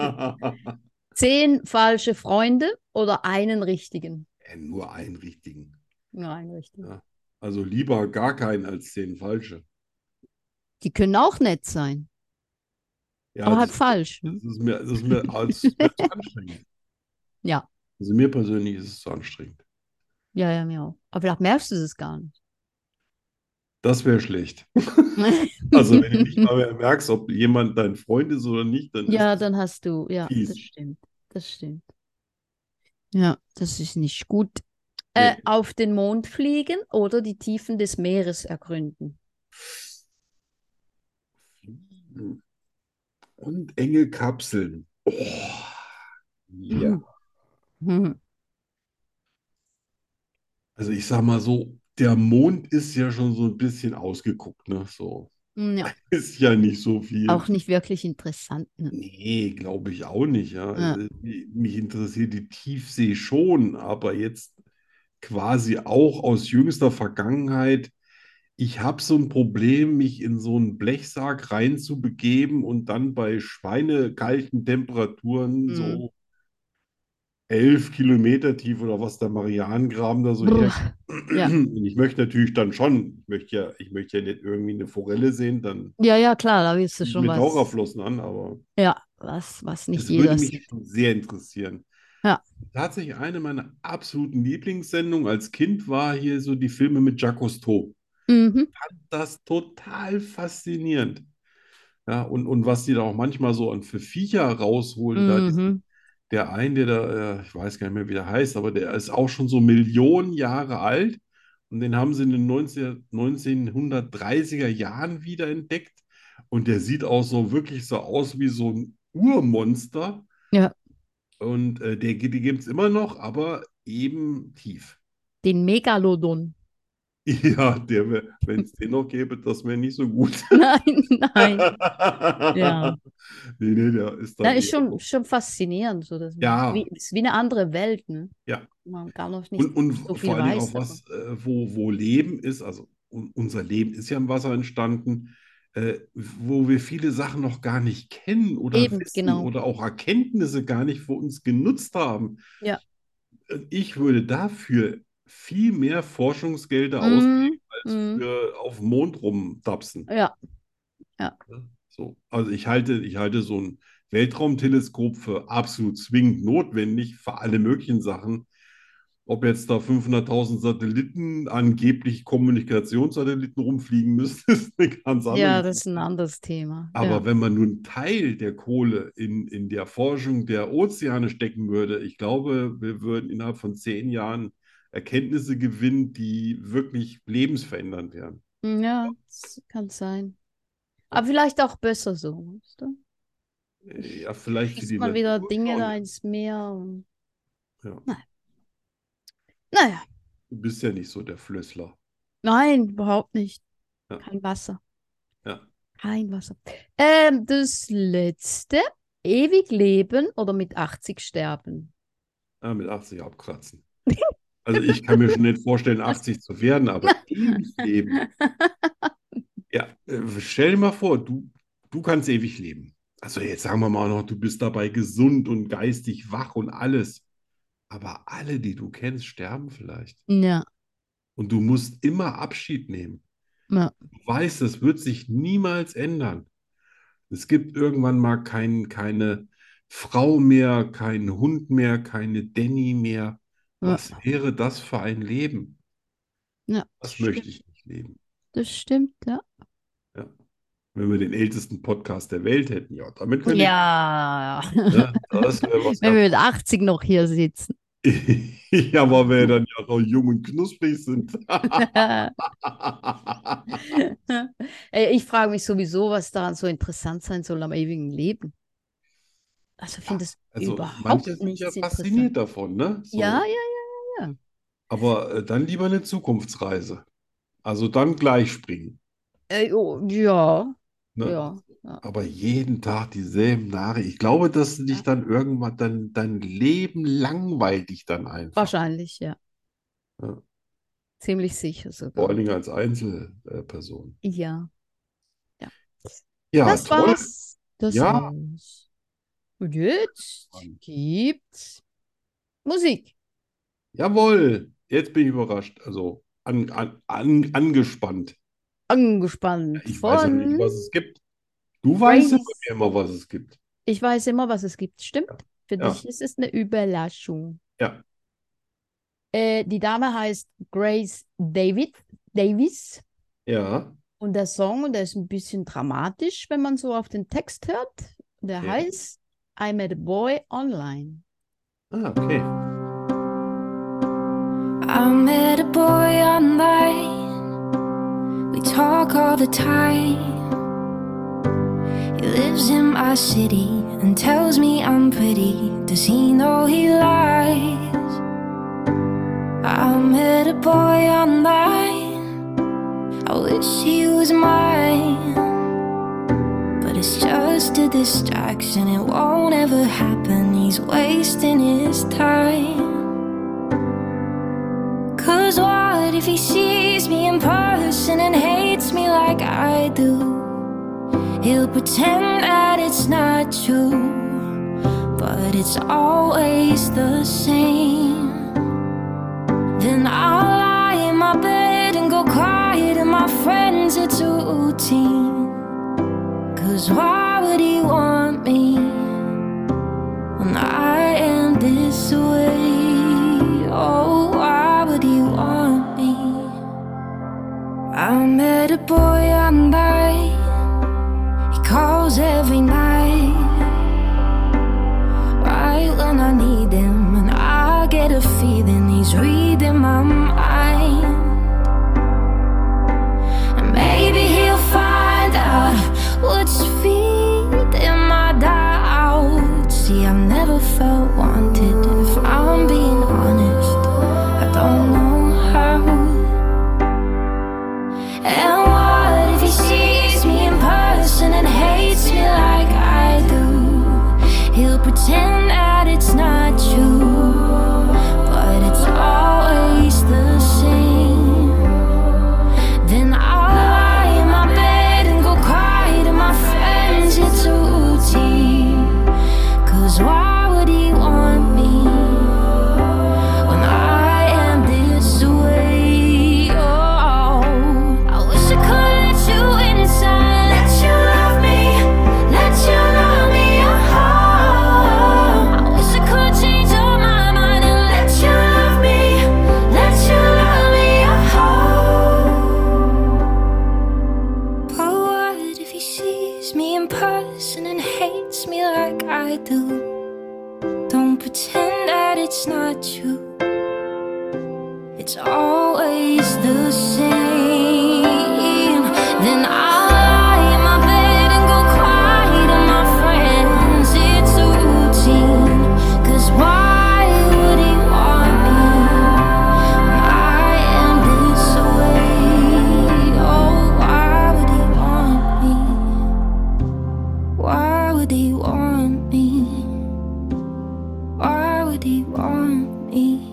Zehn falsche Freunde oder einen richtigen? Äh, Nur einen richtigen. Nur einen richtigen. Ja. Also lieber gar keinen als zehn falsche. Die können auch nett sein, Ja, aber halt das, falsch. das Ne? ist mir, das ist mir, als, das ist mir zu anstrengend. Ja, Also mir persönlich ist es zu anstrengend. ja, ja, mir auch. Aber vielleicht merkst du es gar nicht. Das wäre schlecht. Also wenn du nicht mal mehr merkst, ob jemand dein Freund ist oder nicht, dann ist Ja, das dann hast du, ja, das fies. stimmt. Das stimmt. Ja, das ist nicht gut. Äh, Nee. auf den Mond fliegen oder die Tiefen des Meeres ergründen? Und enge Kapseln. Oh, ja. Mhm. Also ich sag mal so, der Mond ist ja schon so ein bisschen ausgeguckt, ne? So. Ja, Ist ja nicht so viel. auch nicht wirklich interessant. Ne? Nee, glaube ich auch nicht. Ja. Ja. Also, mich interessiert die Tiefsee schon, aber jetzt quasi auch aus jüngster Vergangenheit. Ich habe so ein Problem, mich in so einen Blechsarg reinzubegeben und dann bei schweinekalten Temperaturen Mhm. so elf Kilometer tief oder was der Marianengraben da so her. Brr. Ja. Und ich möchte natürlich dann schon, ich möchte ja, ich möchte ja nicht irgendwie eine Forelle sehen, dann Ja, ja, klar, da willst du ziehe ich schon mir was. Taucherflossen an, aber Ja, was, was nicht es würde jeder mich sieht. schon sehr interessieren. Ja. Tatsächlich eine meiner absoluten Lieblingssendungen als Kind war hier so die Filme mit Jacques Cousteau. Mhm. Das total faszinierend. Ja, und, und was die da auch manchmal so an für Viecher rausholen, da diesen, Mhm. der ein, der da, äh, ich weiß gar nicht mehr, wie der heißt, aber der ist auch schon so Millionen Jahre alt und den haben sie in den neunzehn neunzehnhundertdreißiger Jahren wiederentdeckt und der sieht auch so wirklich so aus wie so ein Urmonster Ja, und äh, der, die gibt es immer noch, aber eben tief. den Megalodon. Ja, der wenn es den noch gäbe, das wäre nicht so gut. Nein, nein. Ja. Nee, nee, der ist Ja, dann ist eher schon, so. schon faszinierend. So, das wie, Ja, ist wie eine andere Welt, ne? ja. Man gar noch nicht Und, und so vor viel allen Dingen weiß auch davon. was, äh, wo, wo Leben ist, also un unser Leben ist ja im Wasser entstanden, äh, wo wir viele Sachen noch gar nicht kennen oder Eben, wissen genau. oder auch Erkenntnisse gar nicht für uns genutzt haben. Ja. Äh, Ich würde dafür viel mehr Forschungsgelder Mhm. ausgeben, als Mhm. für auf dem Mond rumtapsen. Ja, ja. Ja, so. Also ich halte, ich halte so ein Weltraumteleskop für absolut zwingend notwendig für alle möglichen Sachen. Ob jetzt da fünfhunderttausend Satelliten, angeblich Kommunikationssatelliten rumfliegen müssen, ist eine ganz andere Ja, das ist ein Geschichte. anderes Thema. Ja. Aber wenn man nun einen Teil der Kohle in, in der Forschung der Ozeane stecken würde, ich glaube, wir würden innerhalb von zehn Jahren Erkenntnisse gewinnen, die wirklich lebensverändernd wären. Ja, das kann sein. Ja, Aber vielleicht auch besser so, weißt du? ja, vielleicht für Schießt die man wieder Natur Dinge schon. da ins Meer und Ja. nein. Naja, Du bist ja nicht so der Flössler. nein, überhaupt nicht. Ja, Kein Wasser. ja. Kein Wasser. Ähm, das letzte, ewig leben oder mit achtzig sterben. Ah, mit achtzig abkratzen. Also ich kann mir schon nicht vorstellen, achtzig zu werden, aber ewig leben. Ja, äh, stell dir mal vor, du, du kannst ewig leben. Also jetzt sagen wir mal noch, du bist dabei gesund und geistig wach und alles. Aber alle, die du kennst, sterben vielleicht. Ja, Und du musst immer Abschied nehmen. ja, Du weißt, das wird sich niemals ändern. Es gibt irgendwann mal kein, keine Frau mehr, keinen Hund mehr, keine Danny mehr. ja, Was wäre das für ein Leben? ja, das Das möchte stimmt. ich nicht leben. Das stimmt, ja. Ja. Wenn wir den ältesten Podcast der Welt hätten, ja, damit könnte ich, Ja. ne, das wäre was Wenn ganz wir mit achtzig noch hier sitzen. Ja, aber wir dann ja noch jung und knusprig sind. Ey, ich frage mich sowieso, was daran so interessant sein soll am ewigen Leben. Also ich finde es Also manche überhaupt sind ja nichts interessant. fasziniert davon, ne? Ja, So. ja, ja, Aber äh, dann lieber eine Zukunftsreise. Also dann gleich springen. ja. Äh, oh, ja, Ne? ja, ja. Aber jeden Tag dieselben Nachrichten. Ich glaube, dass du dich dann irgendwann, dann dein Leben langweilt dich dann einfach. Wahrscheinlich, ja. Ja. Ziemlich sicher Vor allen sogar. Dingen als Einzelperson. Ja, ja. Ja, Das toll. war's. Das Ja, war's. Und jetzt gibt's Musik. jawohl. Jetzt bin ich überrascht. Also an, an, an, angespannt. Angespannt Ich weiß ja noch nicht, von was es gibt. Du weißt ja Rainy. von mir immer, was es gibt. Ich weiß immer, was es gibt. Stimmt. Für Ja, dich ist es eine Überraschung. ja, Äh, die Dame heißt Grace David, Davis. ja, Und der Song, der ist ein bisschen dramatisch, wenn man so auf den Text hört. Der ja. heißt I Met a Boy Online. Ah, okay. I met a boy online. We talk all the time. He lives in my city and tells me I'm pretty. Does he know he lies? I met a boy online. I I wish he was mine, but it's just a distraction. It won't ever happen. He's wasting his time. Cause what if he sees me in person and hates me like I do? He'll pretend that it's not true, but it's always the same. Then I'll lie in my bed and go cry to my friends. It's a routine. Cause why would he want me when I am this way? Oh, why would he want me? I met a boy online. He calls every night, right when I need him, and I get a feeling he's reading my mind. And maybe he'll find out what's feeding my doubt. See, I've never felt wanted, if I'm being honest. I don't know how. And what if he sees me in person and hates me like I do? He'll pretend that it's not true, but it's always the same. Then I'll lie in my bed and go cry to my friends. It's a routine. Cause why would he want me when I am this way? Oh, I wish I could let you inside, let you love me, let you love me. Oh, I wish I could change your mind and let you love me, let you love me. Oh, but what if he sees me in person and hates me like I do? Don't pretend that it's not true. It's always the same. Then I'll lie in my bed and go cry to my friends. It's a routine. Cause why would he want me when I am this way? Oh, why would he want me? Why would he want me? Why would he want me?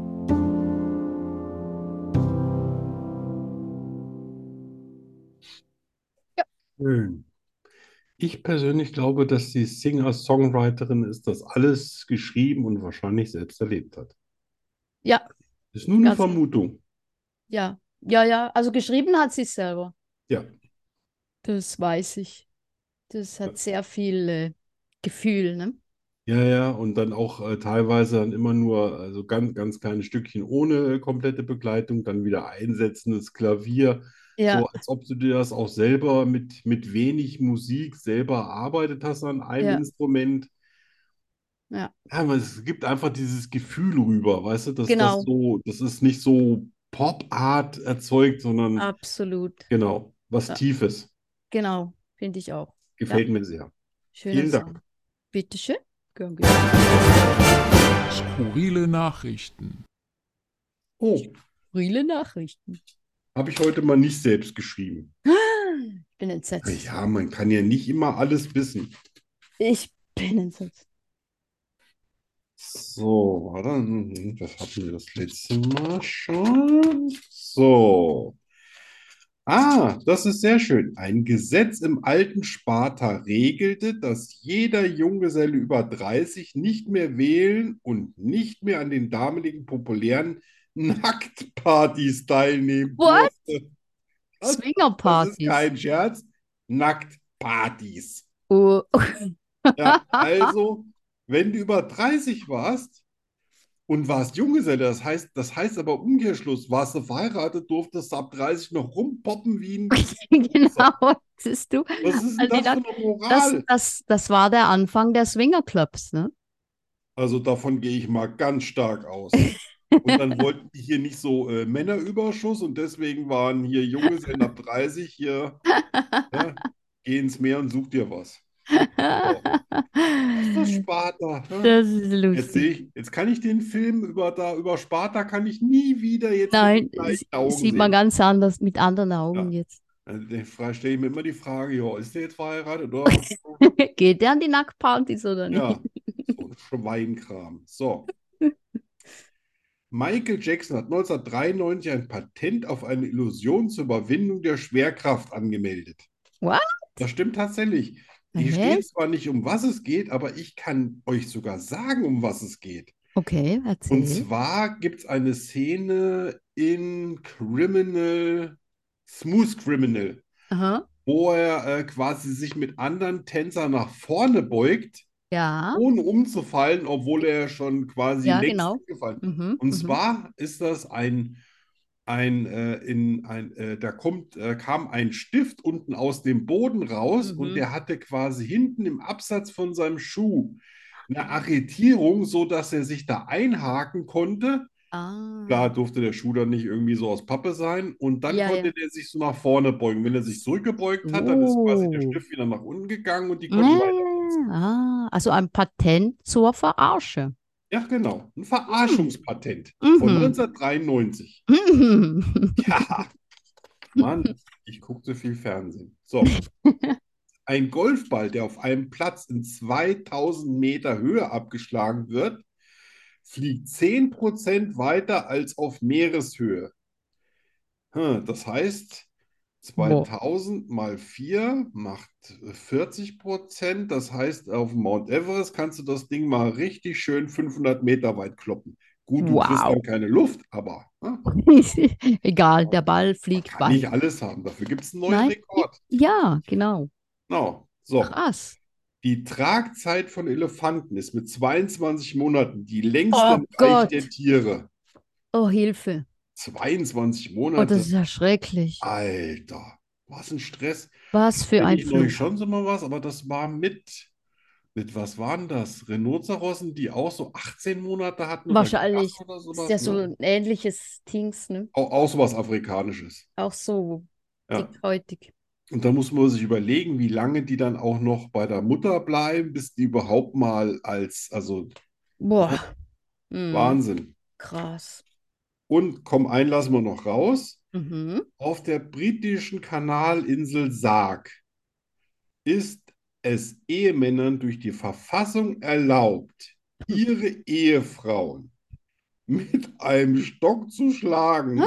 Schön. Ich persönlich glaube, dass die Singer-Songwriterin ist, das alles geschrieben und wahrscheinlich selbst erlebt hat. Ja, Ist nur eine ganz, Vermutung. ja, ja, ja. Also geschrieben hat sie es selber. Ja. Das weiß ich. Das hat sehr viel äh, Gefühl, ne? Ja, ja, und dann auch äh, teilweise dann immer nur also ganz, ganz kleine Stückchen ohne äh, komplette Begleitung, dann wieder einsetzendes Klavier, Ja, so als ob du dir das auch selber mit, mit wenig Musik selber erarbeitet hast an einem ja, Instrument. ja, Ja, aber es gibt einfach dieses Gefühl rüber, weißt du, dass das genau, so, das ist nicht so Pop-Art erzeugt, sondern absolut. genau, was Ja, Tiefes. genau, finde ich auch. Ja, Gefällt mir sehr. schöner Vielen Dank. Song. Bitteschön. Gern geschehen. Skurrile Nachrichten. Oh, Skurrile Nachrichten. habe ich heute mal nicht selbst geschrieben. Ich bin entsetzt. Ja, man kann ja nicht immer alles wissen. Ich bin entsetzt. So, warte, hm, das hatten wir das letzte Mal schon. So. Ah, das ist sehr schön. Ein Gesetz im alten Sparta regelte, dass jeder Junggeselle über dreißig nicht mehr wählen und nicht mehr an den damaligen populären Nacktpartys teilnehmen What? durfte. Das, das ist Swingerpartys. kein Scherz. Nacktpartys. Oh. Ja, also, wenn du über dreißig warst und warst Junggeselle, das heißt, das heißt aber Umkehrschluss, warst du verheiratet, durftest du ab dreißig noch rumpoppen wie ein. Genau, siehst du? Was ist denn Also die das für Nack- eine Das, Moral? das, das war der Anfang der Swingerclubs, ne? Also davon gehe ich mal ganz stark aus. Und dann wollten die hier nicht so äh, Männerüberschuss und deswegen waren hier Junggesellen ab dreißig hier, ja, geh ins Meer und such dir was. So. Ist das Spaß? Sparta. Ja. Das ist Jetzt sehe lustig. ich, jetzt kann ich den Film über, da, über Sparta kann ich nie wieder jetzt mit Nein, den gleichen es Augen sieht man sehen. ganz anders, mit anderen Augen Ja. jetzt. Also, da stelle ich mir immer die Frage, ja, ist der jetzt verheiratet oder? Geht der an die Nacktpartys oder nicht? Ja, so ein Schweinkram. So. Michael Jackson hat neunzehnhundertdreiundneunzig ein Patent auf eine Illusion zur Überwindung der Schwerkraft angemeldet. What? Das stimmt tatsächlich. Hier Hä? steht zwar nicht, um was es geht, aber ich kann euch sogar sagen, um was es geht. Okay, Und erzähl. zwar gibt es eine Szene in Criminal, Smooth Criminal, Aha. wo er äh, quasi sich mit anderen Tänzern nach vorne beugt, Ja, ohne umzufallen, obwohl er schon quasi ja, längst genau. hingefallen ist. Mhm, Und mhm. zwar ist das ein, ein, äh, in ein äh, da kommt, äh, kam ein Stift unten aus dem Boden raus und Mhm. der hatte quasi hinten im Absatz von seinem Schuh eine Arretierung, so dass er sich da einhaken konnte. Klar Ah. durfte der Schuh dann nicht irgendwie so aus Pappe sein und dann Ja, konnte ja. der sich so nach vorne beugen. Wenn er sich zurückgebeugt hat, dann ist quasi der So. Stift wieder nach unten gegangen und die Ja, konnten ja, weiter ja, tanzen. ja. Ah, also ein Patent zur Verarsche. Ja, genau. Ein Hm. Verarschungspatent von Mhm. neunzehnhundertdreiundneunzig. Mhm. Ja, Mann, ich gucke so viel Fernsehen. So, ein Golfball, der auf einem Platz in zweitausend Meter Höhe abgeschlagen wird, fliegt zehn Prozent weiter als auf Meereshöhe. Hm, Das heißt, Boah. zweitausend mal vier macht vierzig Prozent. Das heißt, auf Mount Everest kannst du das Ding mal richtig schön fünfhundert Meter weit kloppen. Gut, du kriegst Wow. dann keine Luft, aber hm, Egal, der Ball man fliegt kann nicht weit. alles haben. Dafür gibt es einen neuen Nein, Rekord. ja, genau. Genau. So, Krass. die Tragzeit von Elefanten ist mit zweiundzwanzig Monaten die längste Oh im Reich Gott. der Tiere. Oh, Hilfe. zweiundzwanzig Oh, das ist Monate. ja schrecklich. Alter, was ein Stress. Was für Hatte ein ich neulich Flug. schon so mal was, aber das war mit, mit was waren das? Rhinozerossen, die auch so achtzehn Monate hatten oder Wahrscheinlich Giraffen oder ist ja sowas, so ne? ein ähnliches Dings, ne? Auch, auch sowas Afrikanisches. Auch so Ja. dickhäutig. Und da muss man sich überlegen, wie lange die dann auch noch bei der Mutter bleiben, bis die überhaupt mal als, also Boah. Mhm. Wahnsinn. Krass. Und komm, einen lassen wir noch raus. Mhm. Auf der britischen Kanalinsel Sark ist es Ehemännern durch die Verfassung erlaubt, ihre Ehefrauen mit einem Stock zu schlagen,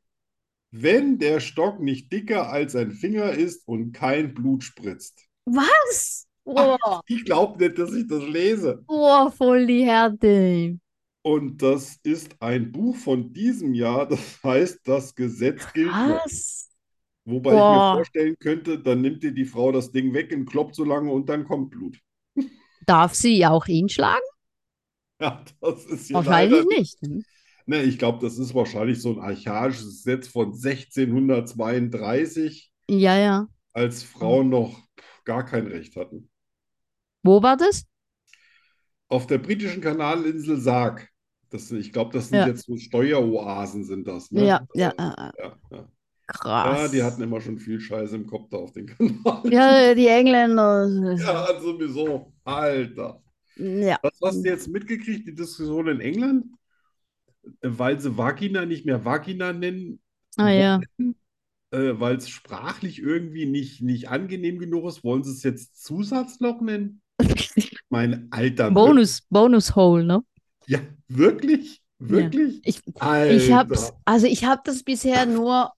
wenn der Stock nicht dicker als ein Finger ist und kein Blut spritzt. Was? Ah, Boah. ich glaube nicht, dass ich das lese. Boah, voll die Härte. Und das ist ein Buch von diesem Jahr, das heißt, das Gesetz gilt noch. Was? Wobei ich mir Boah. vorstellen könnte, dann nimmt dir die Frau das Ding weg und kloppt so lange und dann kommt Blut. Darf sie auch ihn schlagen? Ja, das ist hier Wahrscheinlich leider nicht. Ne? Ne, ich glaube, das ist wahrscheinlich so ein archaisches Gesetz von sechzehnhundertzweiunddreißig, Ja, ja. als Frauen noch gar kein Recht hatten. Wo war das? Auf der britischen Kanalinsel Sark. Das, ich glaube, das sind Ja. jetzt so Steueroasen, sind das, ne? Ja, ja, Also, äh, ja, ja. Ja, die krass. hatten immer schon viel Scheiße im Kopf da auf den Kanal. Ja, die Engländer. Ja, sowieso. Alter. Ja. Was hast du jetzt mitgekriegt, die Diskussion in England? Weil sie Vagina nicht mehr Vagina nennen Ah ja. wollen, äh, weil es sprachlich irgendwie nicht, nicht angenehm genug ist, wollen sie es jetzt Zusatzloch nennen? Mein alter Bonus, Bonus Hole, ne? Ja, wirklich? Ja. Wirklich? Ich, ich Alter. hab's, also ich habe das bisher nur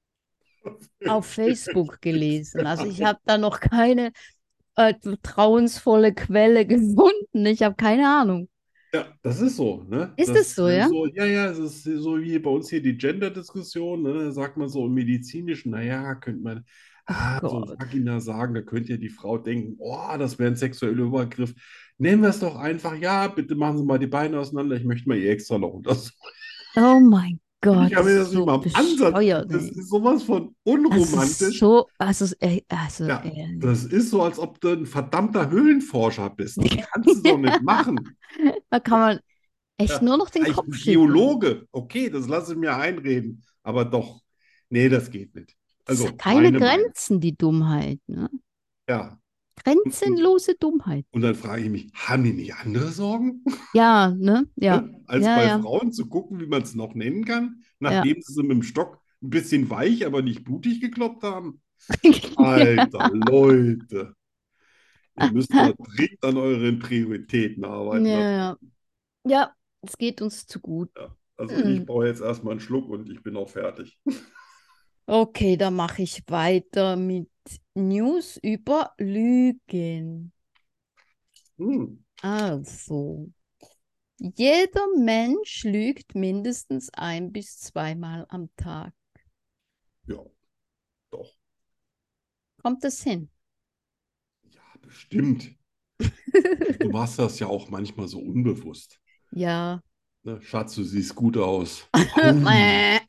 auf Facebook gelesen. Also ich habe da noch keine äh, vertrauensvolle Quelle gefunden. Ich habe keine Ahnung. Ja, das ist so, ne? Ist Das es so, ist ja? so, ja, ja, es ist so wie bei uns hier die Gender-Diskussion, ne? Da sagt man so im Medizinischen, naja, könnte man, Oh ah, so Gott. Vagina sagen, da könnte ja die Frau denken, oh, das wäre ein sexueller Übergriff. Nennen wir es doch einfach, ja, bitte machen Sie mal die Beine auseinander, ich möchte mal Ihr extra Loch untersuchen. Oh mein Und Gott, ich habe das mir ist das nicht so mal im Ansatz, bescheuert, das ey. ist sowas von Das ist unromantisch. so, also, äh, also Ja, ehrlich. das ist so, als ob du ein verdammter Höhlenforscher bist. Das kannst du doch nicht machen. Da kann man echt Ja, nur noch den vielleicht Kopf ein schütteln. Geologe. Okay, das lasse ich mir einreden. Aber doch, nee, das geht nicht. Das Also, hat keine meine Meinung. Grenzen, die Dummheit, ne? Ja, Grenzenlose Dummheit. Und dann frage ich mich, haben die nicht andere Sorgen? Ja, ne? Ja. Ne? Als Ja, bei ja. Frauen zu gucken, wie man es noch nennen kann, nachdem sie sie mit dem Stock ein bisschen weich, aber nicht blutig gekloppt haben. Alter, Leute. Ihr müsst mal dringend an euren Prioritäten arbeiten. Ja, ja. Ja, es geht uns zu gut. Ja. Also Mhm. ich brauche jetzt erstmal einen Schluck und ich bin auch fertig. Okay, dann mache ich weiter mit News über Lügen. Hm. Also, jeder Mensch lügt mindestens ein bis zweimal am Tag. Ja, doch. Kommt das hin? Ja, bestimmt. Du machst das ja auch manchmal so unbewusst. Ja. Ne? Schatz, du siehst gut aus. Mäh.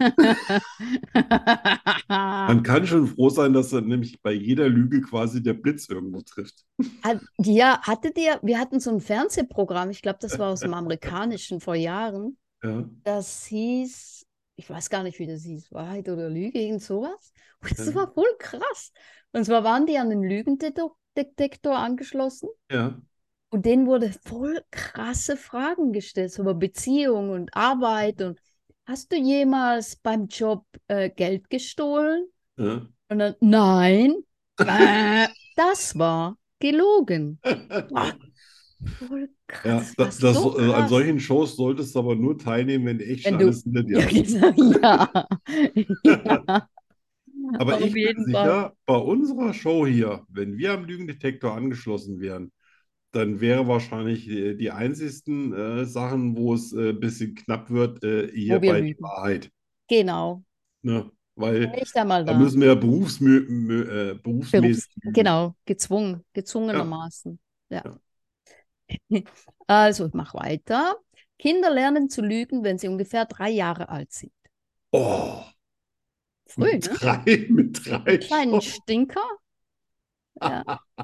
Man kann schon froh sein, dass dann nämlich bei jeder Lüge quasi der Blitz irgendwo trifft. Hat- Ja, hattet ihr, wir hatten so ein Fernsehprogramm, ich glaube, das war aus dem Amerikanischen vor Jahren. Ja. Das hieß, ich weiß gar nicht, wie das hieß, Wahrheit oder Lüge, irgend sowas. Und das Ja. war voll krass. Und zwar waren die an den Lügendetektor angeschlossen Ja. und denen wurde voll krasse Fragen gestellt, so über Beziehung und Arbeit und hast du jemals beim Job äh, Geld gestohlen? Ja. Und dann, nein, äh, das war gelogen. Boah, voll Ja, krass, das, war das, so äh, an krass. solchen Shows solltest du aber nur teilnehmen, wenn du echt Wenn schon du- alles hinter dir Ja, hast. genau, ja. Ja. Aber Auf ich bin jeden Fall. sicher, bei unserer Show hier, wenn wir am Lügendetektor angeschlossen wären, dann wäre wahrscheinlich die, die einzigsten äh, Sachen, wo es äh, ein bisschen knapp wird, äh, hier Wo wir bei die lügen. Wahrheit. Genau. Ne? Weil Bin ich da mal da da. müssen wir ja berufsmö mö- äh, Berufs berufsmäßig lügen. genau, gezwungen, gezwungenermaßen. Ja. Ja. Also, ich mache weiter. Kinder lernen zu lügen, wenn sie ungefähr drei Jahre alt sind. Oh, Früh, mit ne? drei, mit drei Einen kleinen schon. Stinker. Ja.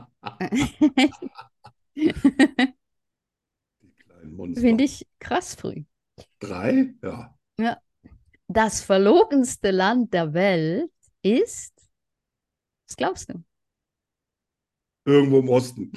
Die kleinen Monster. Finde ich krass früh. Drei? Ja. Das verlogenste Land der Welt ist, was glaubst du? Irgendwo im Osten.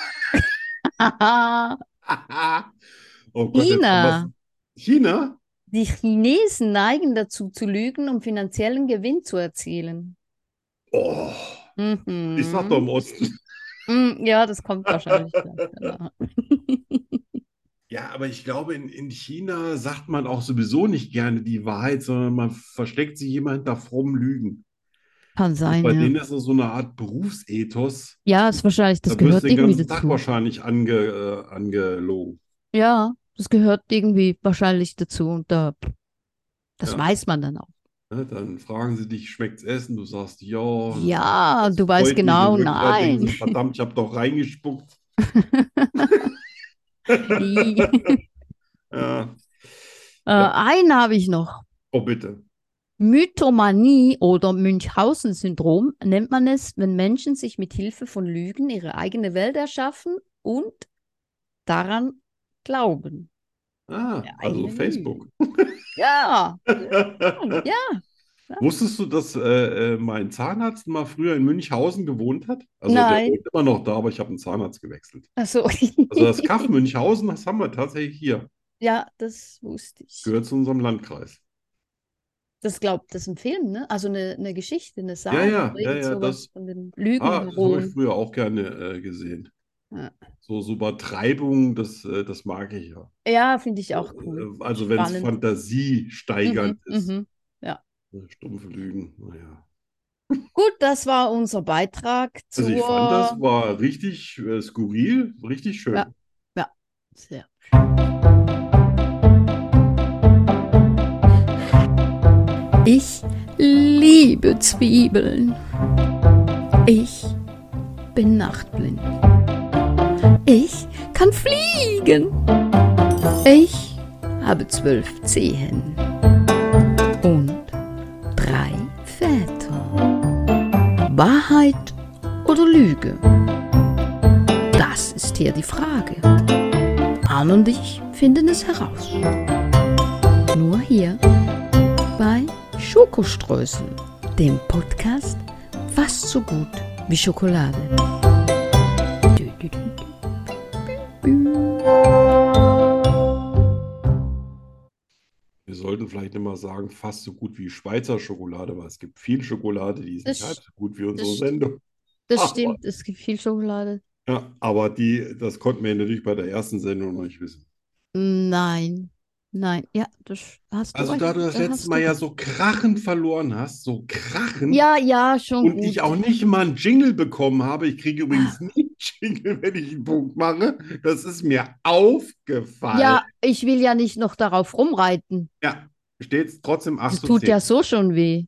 Oh Gott, jetzt China. haben wir's. China? Die Chinesen neigen dazu zu lügen, um finanziellen Gewinn zu erzielen. Oh, Mhm. ich sag doch im Osten. Mm, Ja, das kommt wahrscheinlich gleich danach. Ja, aber ich glaube, in, in China sagt man auch sowieso nicht gerne die Wahrheit, sondern man versteckt sich immer hinter frommem Lügen. Kann Und sein, bei ja. denen ist es so eine Art Berufsethos. Ja, ist wahrscheinlich, das Da wirst gehört du den irgendwie ganzen Tag dazu. wahrscheinlich ange, äh, angelogen. Ja, das gehört irgendwie wahrscheinlich dazu und da, das Ja. weiß man dann auch. Ne, dann fragen sie dich, schmeckt's Essen? Du sagst, ja, Ja, das du weißt freut mich. genau, In Wirklichkeit denken nein. sie, verdammt, ich habe doch reingespuckt. I. Ja. Äh, einen habe ich noch. Oh, bitte. Mythomanie oder Münchhausen-Syndrom nennt man es, wenn Menschen sich mit Hilfe von Lügen ihre eigene Welt erschaffen und daran glauben. Ah, Ja, also eine Facebook. Ja, ja. Wusstest du, dass äh, äh, mein Zahnarzt mal früher in Münchhausen gewohnt hat? Also der Nein. wohnt immer noch da, aber ich habe einen Zahnarzt gewechselt. Achso. Also das Kaff Münchhausen, das haben wir tatsächlich hier. Ja, das wusste ich. Gehört zu unserem Landkreis. Das glaubt, das ist ein Film, ne? Also eine, eine Geschichte, eine Ja, Sage ja, oder ja, irgend ja, sowas das, von den ah, das habe ich Lügenbaronen. früher auch gerne äh, gesehen. Ja. So, so Übertreibung, das, äh, das mag ich ja. Ja, finde ich auch cool. Äh, Also wenn es Spannend. Fantasie steigernd Mhm, ist. mhm. Ne, Stumpfe Lügen, naja. Gut, das war unser Beitrag Also ich fand, das zur. war richtig äh, skurril, richtig schön. Ja. Ja, sehr. Ich liebe Zwiebeln. Ich bin nachtblind. Ich kann fliegen. Ich habe zwölf Zehen und drei Väter. Wahrheit oder Lüge? Das ist hier die Frage. Arne und ich finden es heraus. Nur hier bei Schokoströßen, dem Podcast fast so gut wie Schokolade. sollten vielleicht immer sagen, fast so gut wie Schweizer Schokolade, weil es gibt viel Schokolade, die ist nicht halb Das, so gut wie das, unsere st- Sendung. das Aber, stimmt, es gibt viel Schokolade. ja, aber die, das konnten wir natürlich bei der ersten Sendung noch nicht wissen. Nein, nein, ja, das hast du Also recht, da du das da letzte hast du Mal ja recht. so krachend verloren hast, so krachend, Ja, ja, schon und ich gut. auch nicht mal einen Jingle bekommen habe, ich kriege übrigens Ah, nie einen Jingle, wenn ich einen Punkt mache, das ist mir aufgefallen. ja, ich will ja nicht noch darauf rumreiten. Ja, steht es trotzdem acht Das zu tut ja zehn. so schon weh.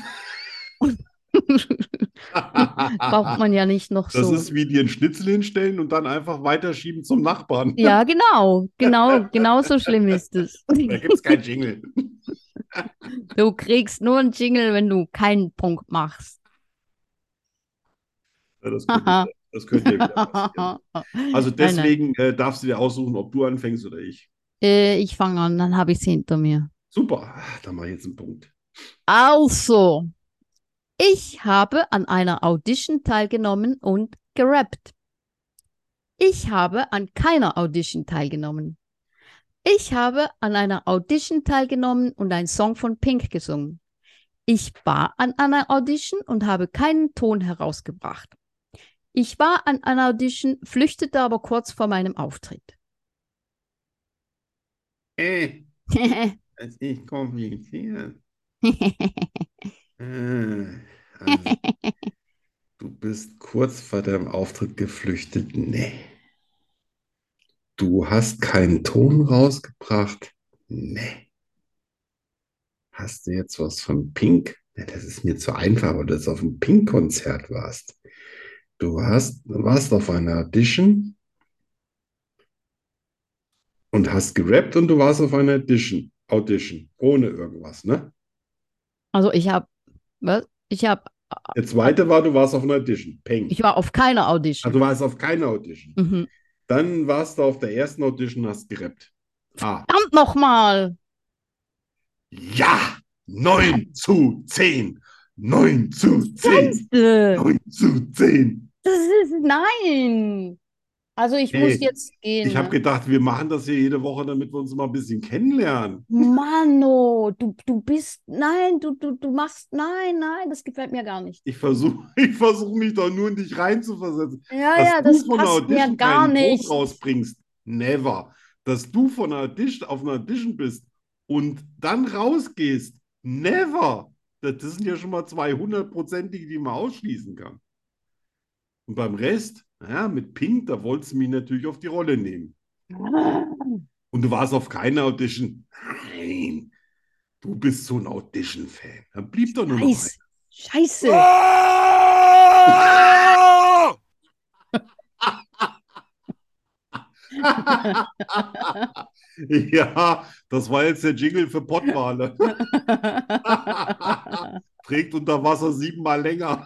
Braucht man ja nicht noch Das so. ist wie dir einen Schnitzel hinstellen und dann einfach weiterschieben zum Nachbarn. Ja, genau, genau, genau so schlimm ist es. Da gibt es keinen Jingle. Du kriegst nur einen Jingle, wenn du keinen Punkt machst. Ja, das könnte, Haha. das könnte ja wieder passieren. Also Nein, nein. deswegen äh, darfst du dir aussuchen, ob du anfängst oder ich. Äh, ich fange an, dann habe ich es hinter mir. Super, dann mache ich jetzt einen Punkt. Also, ich habe an einer Audition teilgenommen und gerappt. Ich habe an keiner Audition teilgenommen. Ich habe an einer Audition teilgenommen und einen Song von Pink gesungen. Ich war an einer Audition und habe keinen Ton herausgebracht. Ich war an einer Audition, flüchtete aber kurz vor meinem Auftritt. Äh, das ist nicht kompliziert. Äh, also, du bist kurz vor deinem Auftritt geflüchtet. Nee. Du hast keinen Ton rausgebracht. Nee. Hast du jetzt was von Pink? Nee, das ist mir zu einfach, weil du jetzt auf einem Pink-Konzert warst. Du hast, warst auf einer Audition und hast gerappt und du warst auf einer Audition. Audition. Ohne irgendwas, ne? Also ich habe, was? Ich habe, Der zweite war, du warst auf einer Audition. Peng. ich war auf keiner Also Audition. du warst auf keiner Audition. Mhm. Dann warst du auf der ersten Audition und hast gerappt. Ah, Verdammt nochmal! ja! neun zu zehn. neun zu zehn. Scheiße! neun zu zehn. Das ist, nein! Also ich muss Hey, jetzt gehen, ich habe ne? gedacht, wir machen das hier jede Woche, damit wir uns mal ein bisschen kennenlernen. Mano, du, du bist, nein, du, du, du machst, nein, nein, das gefällt mir gar nicht. Ich versuche ich versuch mich doch nur in dich reinzuversetzen. Ja, Dass ja, du das von einer passt mir Audition gar keinen Ton nicht. rausbringst, never. Dass du von einer Audition auf einer Audition bist und dann rausgehst, never. Das sind ja schon mal zwei hundertprozentige, die man ausschließen kann. Und beim Rest, naja, mit Pink, da wolltest du mich natürlich auf die Rolle nehmen. Und du warst auf keiner Audition. Nein, du bist so ein Audition-Fan. Dann blieb doch nur noch ein. Scheiße, Scheiße. Ja, das war jetzt der Jingle für Pottwale. Trägt unter Wasser siebenmal länger.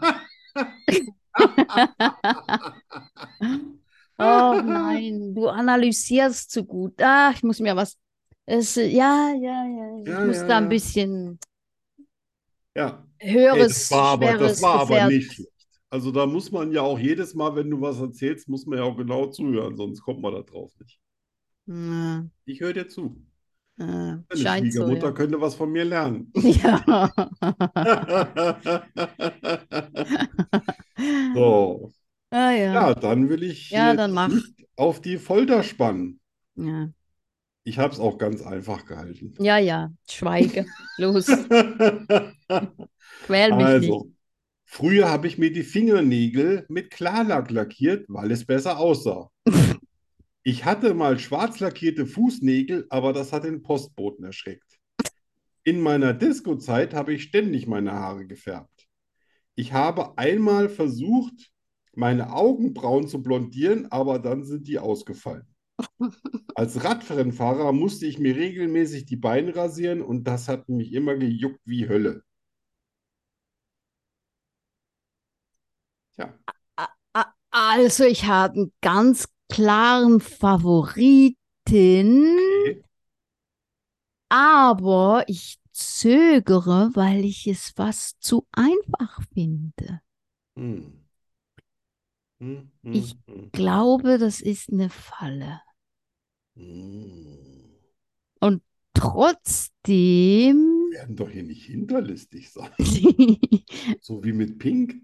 Oh nein, du analysierst zu gut. Ah, ich muss mir was. Es, ja, ja, ja. Ich Ja, muss ja, da ein ja. bisschen Ja. Ey, das höheres, war aber, das schweres war aber Gefährt. nicht schlecht. Also da muss man ja auch jedes Mal, wenn du was erzählst, muss man ja auch genau zuhören, sonst kommt man da drauf nicht. Ja, Ich höre dir zu. ja, Deine scheint so, Schwiegermutter ja. könnte was von mir lernen. Ja. So, Ah, ja. ja, dann will ich Ja, äh, dann dich mach. nicht auf die Folter spannen. Ja, Ich habe es auch ganz einfach gehalten. ja, ja. Schweige. Los, quäl mich nicht. Also, früher habe ich mir die Fingernägel mit Klarlack lackiert, weil es besser aussah. Ich hatte mal schwarz lackierte Fußnägel, aber das hat den Postboten erschreckt. In meiner Disco-Zeit habe ich ständig meine Haare gefärbt. Ich habe einmal versucht, meine Augenbrauen zu blondieren, aber dann sind die ausgefallen. Als Radrennfahrer musste ich mir regelmäßig die Beine rasieren und das hat mich immer gejuckt wie Hölle. Tja, A- a- Also, ich habe einen ganz klaren Favoriten, okay. aber ich zögere, weil ich es fast zu einfach finde. Hm. Hm, hm, Ich hm, glaube, das ist eine Falle. hm. Und trotzdem, Werden doch hier nicht hinterlistig sein. So wie mit Pink.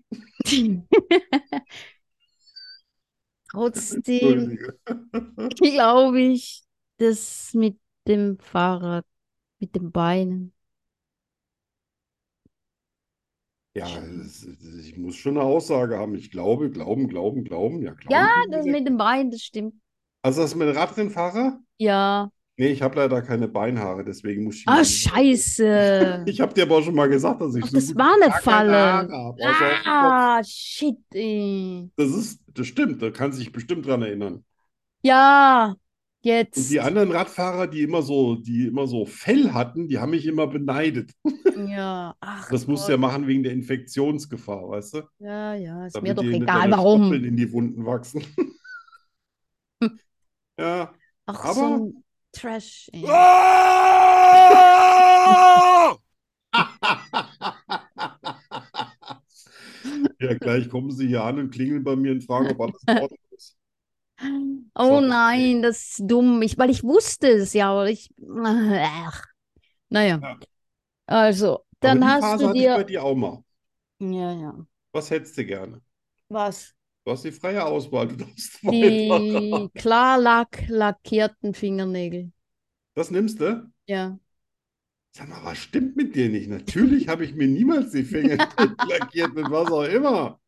trotzdem Entschuldige. glaube ich, das mit dem Fahrrad, mit den Beinen. Ja, es- es- ich muss schon eine Aussage haben. Ich glaube, glauben, glauben, glauben. Ja, Ja, glauben tun wir das sehr mit den Beinen, das stimmt. Also das mit Radrennfahrer? Ja. Nee, ich habe leider keine Beinhaare, deswegen muss ich Ah, mir. scheiße. Ich habe dir aber auch schon mal gesagt, dass ich Ach, so das gut war wie eine gar keine Falle. Haare habe, außer auf dem Kopf. Ah, shit, ey. Das ist, das stimmt, da kannst du dich bestimmt dran erinnern. Ja, Und die jetzt. anderen Radfahrer, die immer so, die immer so Fell hatten, die haben mich immer beneidet. Ja, ach Das musst du ja Gott. machen wegen der Infektionsgefahr, weißt du? Ja, ja, ist mir Damit doch dir nicht egal, deine Stoppeln warum. in die Wunden wachsen. Ja, Ach, so aber. ein Trash, ey. Ja, gleich kommen sie hier an und klingeln bei mir und fragen, ob alles in Ordnung ist. Oh Sag, okay. nein, das ist dumm. Ich, weil ich wusste es ja, aber ich. Ach. Naja, Ja. also, Aber dann die hast Phase du hatte ich bei dir. dir auch mal. Ja, ja. Was hättest du gerne? Was? Du hast die freie Auswahl, du darfst Die weiter. Klarlack lackierten Fingernägel. Das nimmst du? Ja. Sag mal, was stimmt mit dir nicht? Natürlich habe ich mir niemals die Finger lackiert mit was auch immer.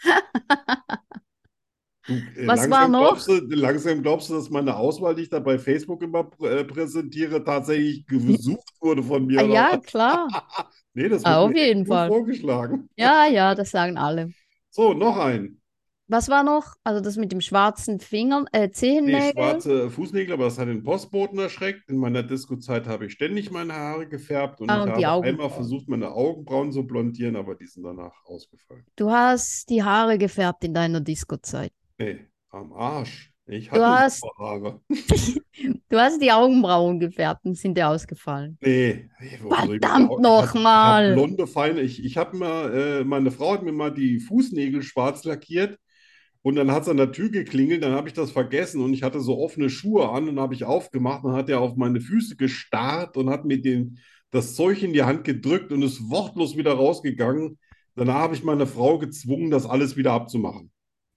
Du, äh, Was war langsam noch? glaubst du, langsam glaubst du, dass meine Auswahl, die ich da bei Facebook immer äh, präsentiere, tatsächlich gesucht wurde von mir Ah, oder ja, was? klar. Nee, das Ah, wird auf mir echt jeden nur Fall. vorgeschlagen. Ja, ja, das sagen alle. So, noch ein. Was war noch? Also das mit dem schwarzen Fingern, äh, Nee, Zehennägel. schwarze Fußnägel, aber das hat den Postboten erschreckt. In meiner Disco-Zeit habe ich ständig meine Haare gefärbt und Ah, ich und die habe einmal Augenbrauen. versucht, meine Augenbrauen zu blondieren, aber die sind danach ausgefallen. Du hast die Haare gefärbt in deiner Disco-Zeit. Nee, am Arsch. Ich Du hatte hast, super Haare. du hast die Augenbrauen gefärbt und sind dir ausgefallen. Nee, hey, woher soll ich mir die Verdammt Au- ich habe ich hab nochmal. blonde, feine. Ich, ich habe mal, äh, meine Frau hat mir mal die Fußnägel schwarz lackiert und dann hat es an der Tür geklingelt, dann habe ich das vergessen und ich hatte so offene Schuhe an und habe ich aufgemacht und hat er auf meine Füße gestarrt und hat mir den, das Zeug in die Hand gedrückt und ist wortlos wieder rausgegangen. Danach habe ich meine Frau gezwungen, das alles wieder abzumachen.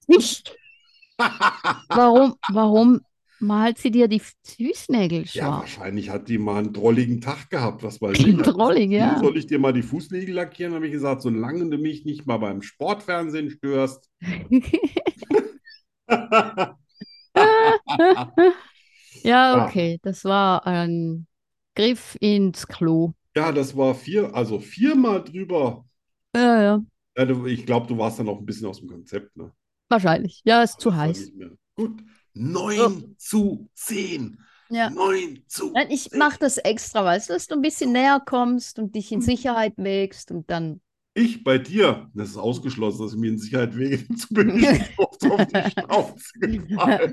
Warum, warum malt sie dir die Fußnägel Ja, schwarz? wahrscheinlich hat die mal einen drolligen Tag gehabt, was weiß ich. Hat gesagt, Drollig, "Hm, ja. soll ich dir mal die Fußnägel lackieren? Habe ich gesagt, solange du mich nicht mal beim Sportfernsehen störst. Ja, Ja, okay, das war ein Griff ins Klo. ja, das war vier, also viermal drüber. Ja, ja, Ja, du, ich glaube, du warst dann auch ein bisschen aus dem Konzept, ne? wahrscheinlich. Ja, ist zu Das war heiß. nicht mehr. Gut. Oh, neun zu zehn. ja. neun zu Nein, ich zehn. mache das extra, weißt du, dass du ein bisschen näher kommst und dich in Sicherheit wägst und dann. Ich bei dir, das ist ausgeschlossen, dass ich mir in Sicherheit wege, zu bin ich oft auf die Schnauze gefallen.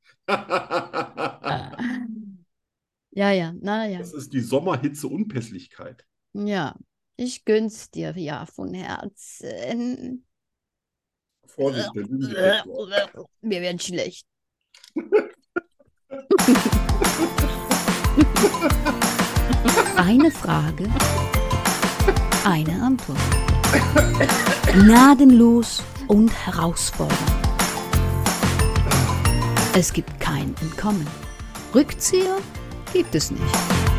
Ja, ja, naja. Das ist die Sommerhitze-Unpässlichkeit. Ja, ich gönn's dir ja von Herzen. Vorsicht, der Lügendetektor. Mir wird schlecht. Eine Frage, eine Antwort. Gnadenlos und herausfordernd. Es gibt kein Entkommen. Rückzieher gibt es nicht.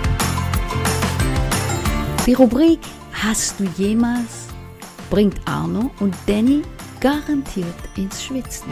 Die Rubrik Hast du jemals bringt Arno und Danny garantiert ins Schwitzen.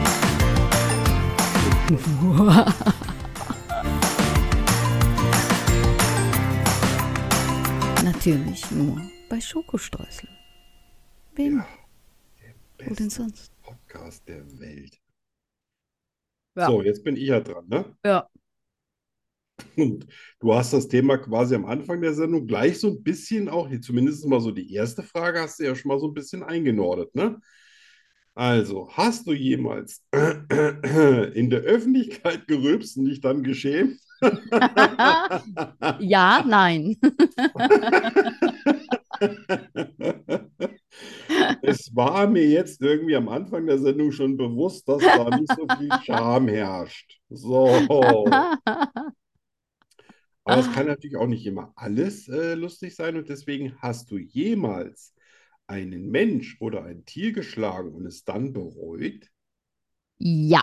Natürlich nur bei Schokostreusel. Wem? Wo denn Bester sonst? Podcast der Welt. Ja. So, jetzt bin ich ja dran, ne? Ja. Und du hast das Thema quasi am Anfang der Sendung gleich so ein bisschen auch, hier zumindest mal so die erste Frage hast du ja schon mal so ein bisschen eingenordet, ne? Also, hast du jemals in der Öffentlichkeit gerülpst und dich dann geschämt? Ja, nein. Es war mir jetzt irgendwie am Anfang der Sendung schon bewusst, dass da nicht so viel Scham herrscht. So, Aber es kann Ah, natürlich auch nicht immer alles äh, lustig sein und deswegen hast du jemals einen Mensch oder ein Tier geschlagen und es dann bereut? ja.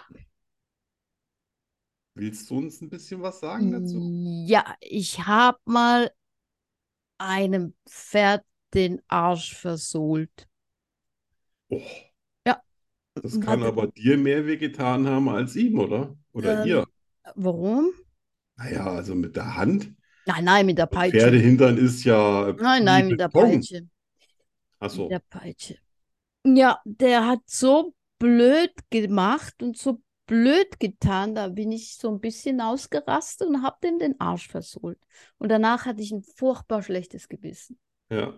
Willst du uns ein bisschen was sagen dazu? Ja, ich habe mal einem Pferd den Arsch versohlt. Oh, Ja, das kann warte. aber dir mehr wehgetan haben als ihm, oder? Oder ihr? Ähm, warum? Naja, also mit der Hand. Nein, nein, mit der Der Peitsche. Pferdehintern ist ja Nein, wie nein, mit der Beton. Peitsche. Ach Mit der so, Peitsche. Ja, der hat so blöd gemacht und so blöd getan, da bin ich so ein bisschen ausgerastet und habe dem den Arsch versohlt. Und danach hatte ich ein furchtbar schlechtes Gewissen. ja.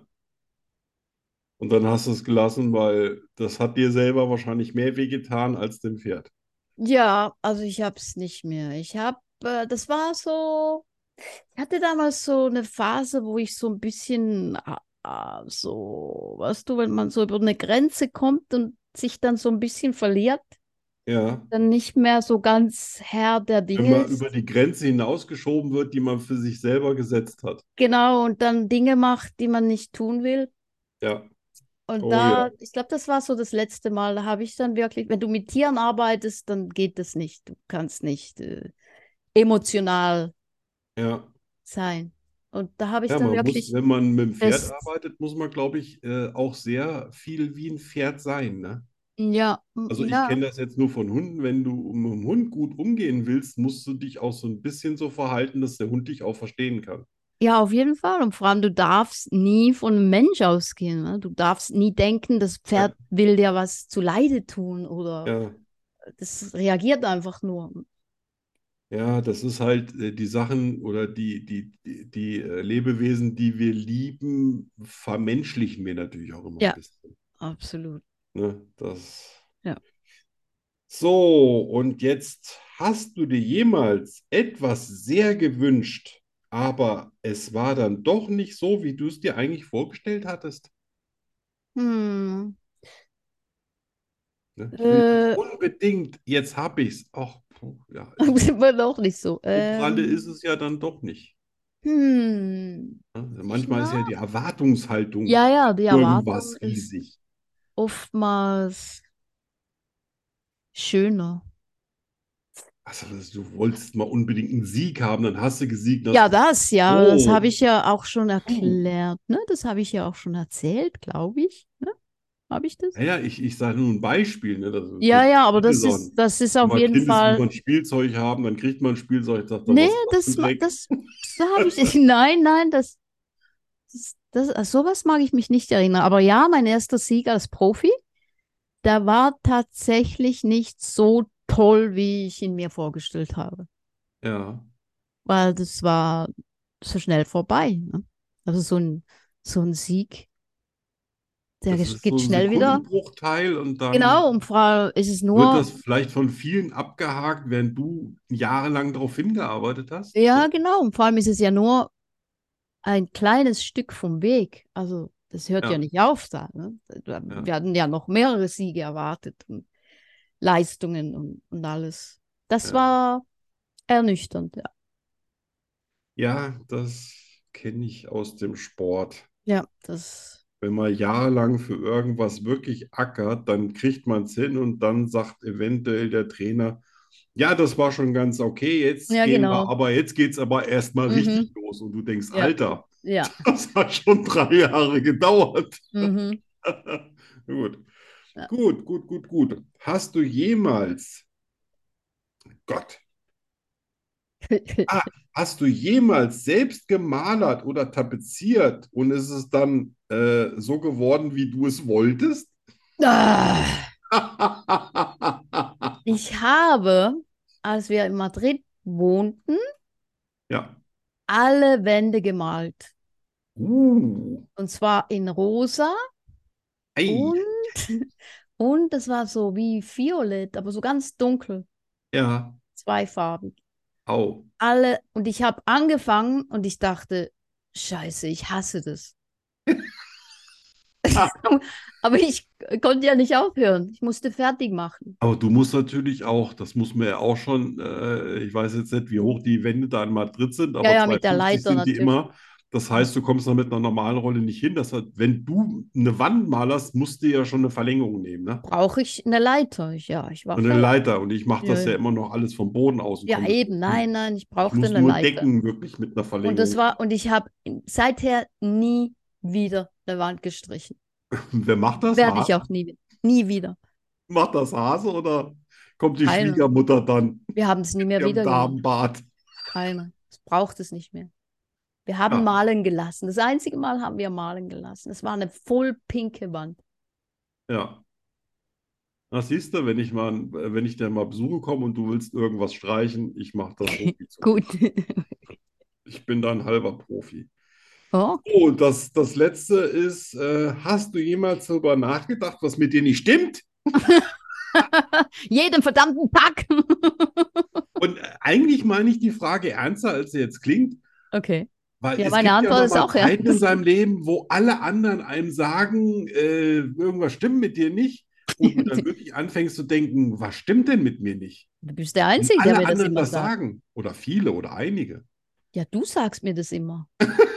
Und dann hast du es gelassen, weil das hat dir selber wahrscheinlich mehr wehgetan als dem Pferd. Ja, also ich habe es nicht mehr. Ich habe, äh, das war so, ich hatte damals so eine Phase, wo ich so ein bisschen äh, äh, so, weißt du, wenn man so über eine Grenze kommt und sich dann so ein bisschen verliert, Ja. dann nicht mehr so ganz Herr der Wenn Dinge man über ist. die Grenze hinausgeschoben wird, die man für sich selber gesetzt hat. Genau, und dann Dinge macht, die man nicht tun will. Ja. Und Oh ja. da, ich glaube, das war so das letzte Mal, da habe ich dann wirklich, wenn du mit Tieren arbeitest, dann geht das nicht. Du kannst nicht äh, emotional Ja. sein. Und da habe ich Ja, dann man muss, wirklich wenn man mit dem Pferd fest, arbeitet, muss man, glaube ich, äh, auch sehr viel wie ein Pferd sein, ne? ja, m- Also ich ja, kenne das jetzt nur von Hunden. Wenn du mit dem Hund gut umgehen willst, musst du dich auch so ein bisschen so verhalten, dass der Hund dich auch verstehen kann. ja, auf jeden Fall. Und vor allem, du darfst nie von einem Mensch ausgehen. Ne? Du darfst nie denken, das Ja, Pferd will dir was zuleide tun oder ja, das reagiert einfach nur. ja, das ist halt äh, die Sachen oder die, die, die, die äh, Lebewesen, die wir lieben, vermenschlichen wir natürlich auch immer ein Ja, bisschen. absolut. Ne? Das. Ja. So, und jetzt hast du dir jemals etwas sehr gewünscht, aber es war dann doch nicht so, wie du es dir eigentlich vorgestellt hattest? Hm. Ne? Ich will das Äh, unbedingt, jetzt habe ich es. Ach, puh, ja, sind wir doch nicht so. so pralle ist Ähm, es ja dann doch nicht. hm. Ne? Ich Manchmal ist ja mag. die Erwartungshaltung Ja, ja, die Erwartung irgendwas ist riesig. oftmals schöner. Also, das- du wolltest mal unbedingt einen Sieg haben, dann hast du gesiegt und hast Ja, gesagt, das ja, das habe oh, ich ja auch schon puh. erklärt, ne? Das habe ich ja auch schon erzählt, glaube ich, ne? Habe ich das? Naja, ich, ich sage nur ein Beispiel. Ne? Das, Ja, das ja, aber viele das sagen, ist, das ist wenn auf man jeden Kind ist, will Fall. man Spielzeug haben, dann kriegt man ein Spielzeug, sagt er, Nee, was ist das für ein das, ma- Dreck? das, das habe ich. Nein, nein, das, das, das, an sowas mag ich mich nicht erinnern. Aber ja, mein erster Sieg als Profi, der war tatsächlich nicht so toll, wie ich ihn mir vorgestellt habe. Ja, Weil das war so schnell vorbei. Ne? Also so ein, so ein Sieg, der das ges- ist so geht ein schnell wieder. Sekundenbruchteil und Genau, dann und vor allem ist es wird nur, das vielleicht von vielen abgehakt, während du jahrelang darauf hingearbeitet hast. ja, So. genau, und vor allem ist es ja nur ein kleines Stück vom Weg. Also das hört ja Ja, nicht auf da. Ne? ja, Wir hatten ja noch mehrere Siege erwartet und Leistungen und, und alles. Das ja. war ernüchternd, ja. Ja, das kenne ich aus dem Sport. Ja, das, Wenn man jahrelang für irgendwas wirklich ackert, dann kriegt man es hin und dann sagt eventuell der Trainer, ja, das war schon ganz okay, jetzt ja, gehen wir, genau. aber jetzt geht es aber erstmal richtig Mhm. los. Und du denkst, Ja, Alter, ja. das hat schon drei Jahre gedauert. Mhm. Gut, Ja. gut, gut, gut, gut. Hast du jemals, Gott, ah, hast du jemals selbst gemalert oder tapeziert und ist es dann äh, so geworden, wie du es wolltest? Ah. Ich habe, als wir in Madrid wohnten, Ja. alle Wände gemalt. Uh. Und zwar in rosa Ei. und, und das war so wie violett, aber so ganz dunkel, Ja. zweifarbig. Au. Alle, und ich habe angefangen und ich dachte, Scheiße, ich hasse das. Aber ich konnte ja nicht aufhören. Ich musste fertig machen. Aber du musst natürlich auch, das muss man ja auch schon, äh, ich weiß jetzt nicht, wie hoch die Wände da in Madrid sind, Ja, aber ja, mit der zwei fünfzig Leiter sind die natürlich. immer. Das heißt, du kommst da mit einer normalen Rolle nicht hin. Das heißt, wenn du eine Wand malerst, musst du ja schon eine Verlängerung nehmen, ne? Brauche ich eine Leiter? Ich, ja, ich war Und eine voll. Leiter. Und ich mache Ja, das ja ja. immer noch alles vom Boden aus und Ja, komme eben. nicht hin. Nein, nein, ich Ich brauchte muss eine nur Leiter. decken, wirklich mit einer Und Verlängerung. das war, und ich habe seither nie wieder eine Wand gestrichen. Wer macht das? Werde ich Hase? auch nie, nie wieder. Macht das Hase oder kommt die Keiner. Schwiegermutter dann Wir haben es nie mehr im wieder gemacht. Damenbad? Keiner. Es braucht es nicht mehr. Wir haben Ja. malen gelassen. Das einzige Mal haben wir malen gelassen. Es war eine voll pinke Wand. Ja. Na, siehst du, wenn ich mal, wenn ich dir mal besuche komme und du willst irgendwas streichen, ich mache das ruckzuck. Gut. Ich bin da ein halber Profi. Oh, Oh, das, das letzte ist, äh, hast du jemals darüber nachgedacht, was mit dir nicht stimmt? jeden verdammten Tag. Und äh, eigentlich meine ich die Frage ernster, als sie jetzt klingt, Okay. weil Ja, es meine gibt ja Antwort noch ist mal auch Zeiten in ernst. seinem Leben, wo alle anderen einem sagen, äh, irgendwas stimmt mit dir nicht. Und du dann wirklich anfängst zu denken, was stimmt denn mit mir nicht? Du bist der Und Einzige, der alle mir das anderen immer das sagt. sagen. Oder viele oder einige. Ja, du sagst mir das immer.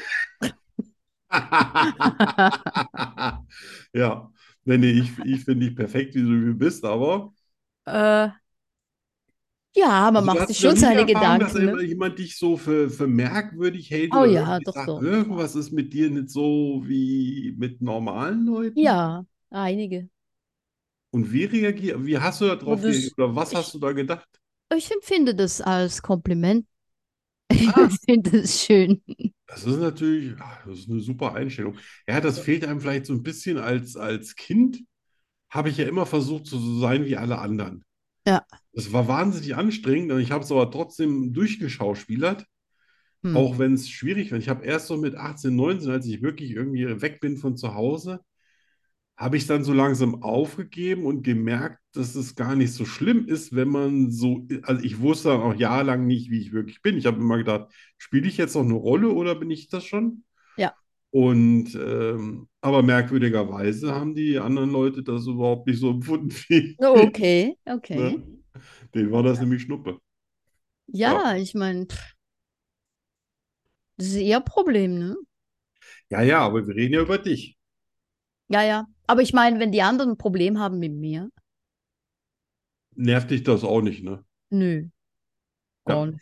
Ja, nee, nee, ich, ich finde dich perfekt, wie du bist, aber Äh, ja, man also du macht hast sich noch schon nie die seine Erfahrung, dass Gedanken, immer ne? jemand dich so für, für merkwürdig hält Oh oder ja, irgendwie doch, sagt, doch. irgendwas ist mit dir nicht so wie mit normalen Leuten? Ja, einige. Und wie reagier, wie hast du Aber darauf das, reagiert oder was hast ich, du da gedacht? ich empfinde das als Kompliment. Ah, Ich finde es schön. das ist natürlich, ah, das ist eine super Einstellung. Ja, das fehlt einem vielleicht so ein bisschen als, als Kind, habe ich ja immer versucht, so zu sein wie alle anderen. Ja. Das war wahnsinnig anstrengend und ich habe es aber trotzdem durchgeschauspielert, Hm. auch wenn es schwierig war. Ich habe erst so mit achtzehn, neunzehn, als ich wirklich irgendwie weg bin von zu Hause, habe ich dann so langsam aufgegeben und gemerkt, dass es gar nicht so schlimm ist, wenn man so, also ich wusste dann auch jahrelang nicht, wie ich wirklich bin. Ich habe immer gedacht, spiele ich jetzt noch eine Rolle oder bin ich das schon? Ja. Und ähm, aber merkwürdigerweise haben die anderen Leute das überhaupt nicht so empfunden wie Oh, ich. okay, okay. Ne? Denen war das nämlich Schnuppe. Ja, ich meine, das ist ihr Problem, ne? Ja, ja, aber wir reden ja über dich. Ja, ja. Aber ich meine, wenn die anderen ein Problem haben mit mir, Nervt dich das auch nicht, ne? nö, gar Ja. nicht.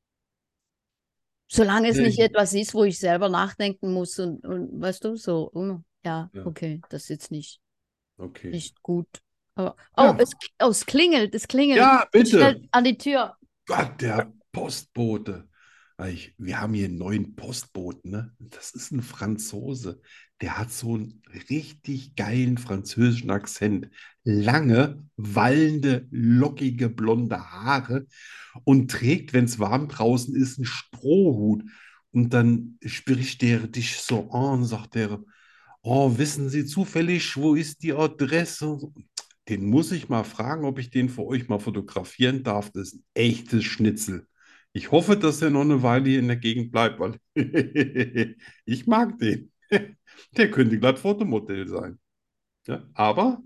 Solange es Ja, nicht ich, etwas ist, wo ich selber nachdenken muss und, und weißt du, so, oh, ja, ja, okay, das ist jetzt nicht, okay. nicht gut. Aber, oh, Ja, es, oh, es klingelt, es klingelt. ja, Geht schnell bitte. an die Tür. Gott, der Postbote. Weil Ich, wir haben hier einen neuen Postboten, ne? Das ist ein Franzose. Der hat so einen richtig geilen französischen Akzent. Lange, wallende, lockige, blonde Haare und trägt, wenn es warm draußen ist, einen Strohhut. Und dann spricht der dich so an, sagt der, oh, wissen Sie zufällig, wo ist die Adresse? Den muss ich mal fragen, ob ich den für euch mal fotografieren darf. Das ist ein echtes Schnitzel. Ich hoffe, dass er noch eine Weile hier in der Gegend bleibt, weil ich mag den. Der könnte glatt Fotomodell sein. Ja, aber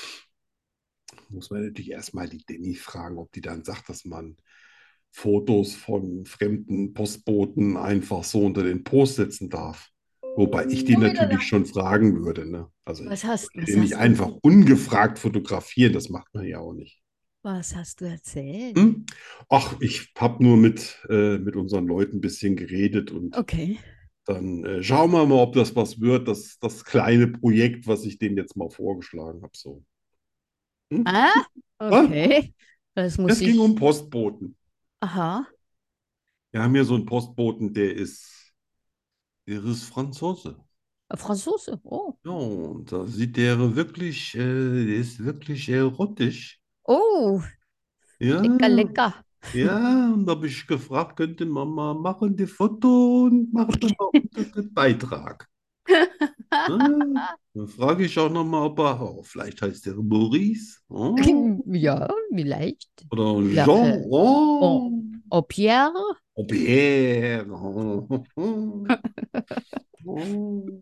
muss man natürlich erstmal die Danny fragen, ob die dann sagt, dass man Fotos von fremden Postboten einfach so unter den Post setzen darf. Wobei ich den Schon wieder natürlich schon fragen würde, ne? Also Was ich hast, würde was den nicht hast du, einfach ungefragt fotografieren, das macht man ja auch nicht. was hast du erzählt? Hm? Ach, ich habe nur mit, äh, mit unseren Leuten ein bisschen geredet und Okay. dann äh, schauen wir mal, ob das was wird, das, das kleine Projekt, was ich denen jetzt mal vorgeschlagen habe. So. Hm? Ah, Ah, okay. Das muss es ging um ich. Postboten. Aha. Wir haben hier so einen Postboten, der ist, der ist Franzose. Franzose. Oh. Ja, und da sieht der wirklich, äh, der ist wirklich erotisch. Oh, Ja, lecker, lecker. ja, und da habe ich gefragt, könnte man mal machen, die Foto und machen dann mal unter den Beitrag. Ah, dann frage ich auch nochmal, ob er, oh, vielleicht heißt der Maurice, oh, Ja, vielleicht. oder Ja, Jean, äh, oh, oh, oh, Pierre? oh, Pierre, oh, oh, oh.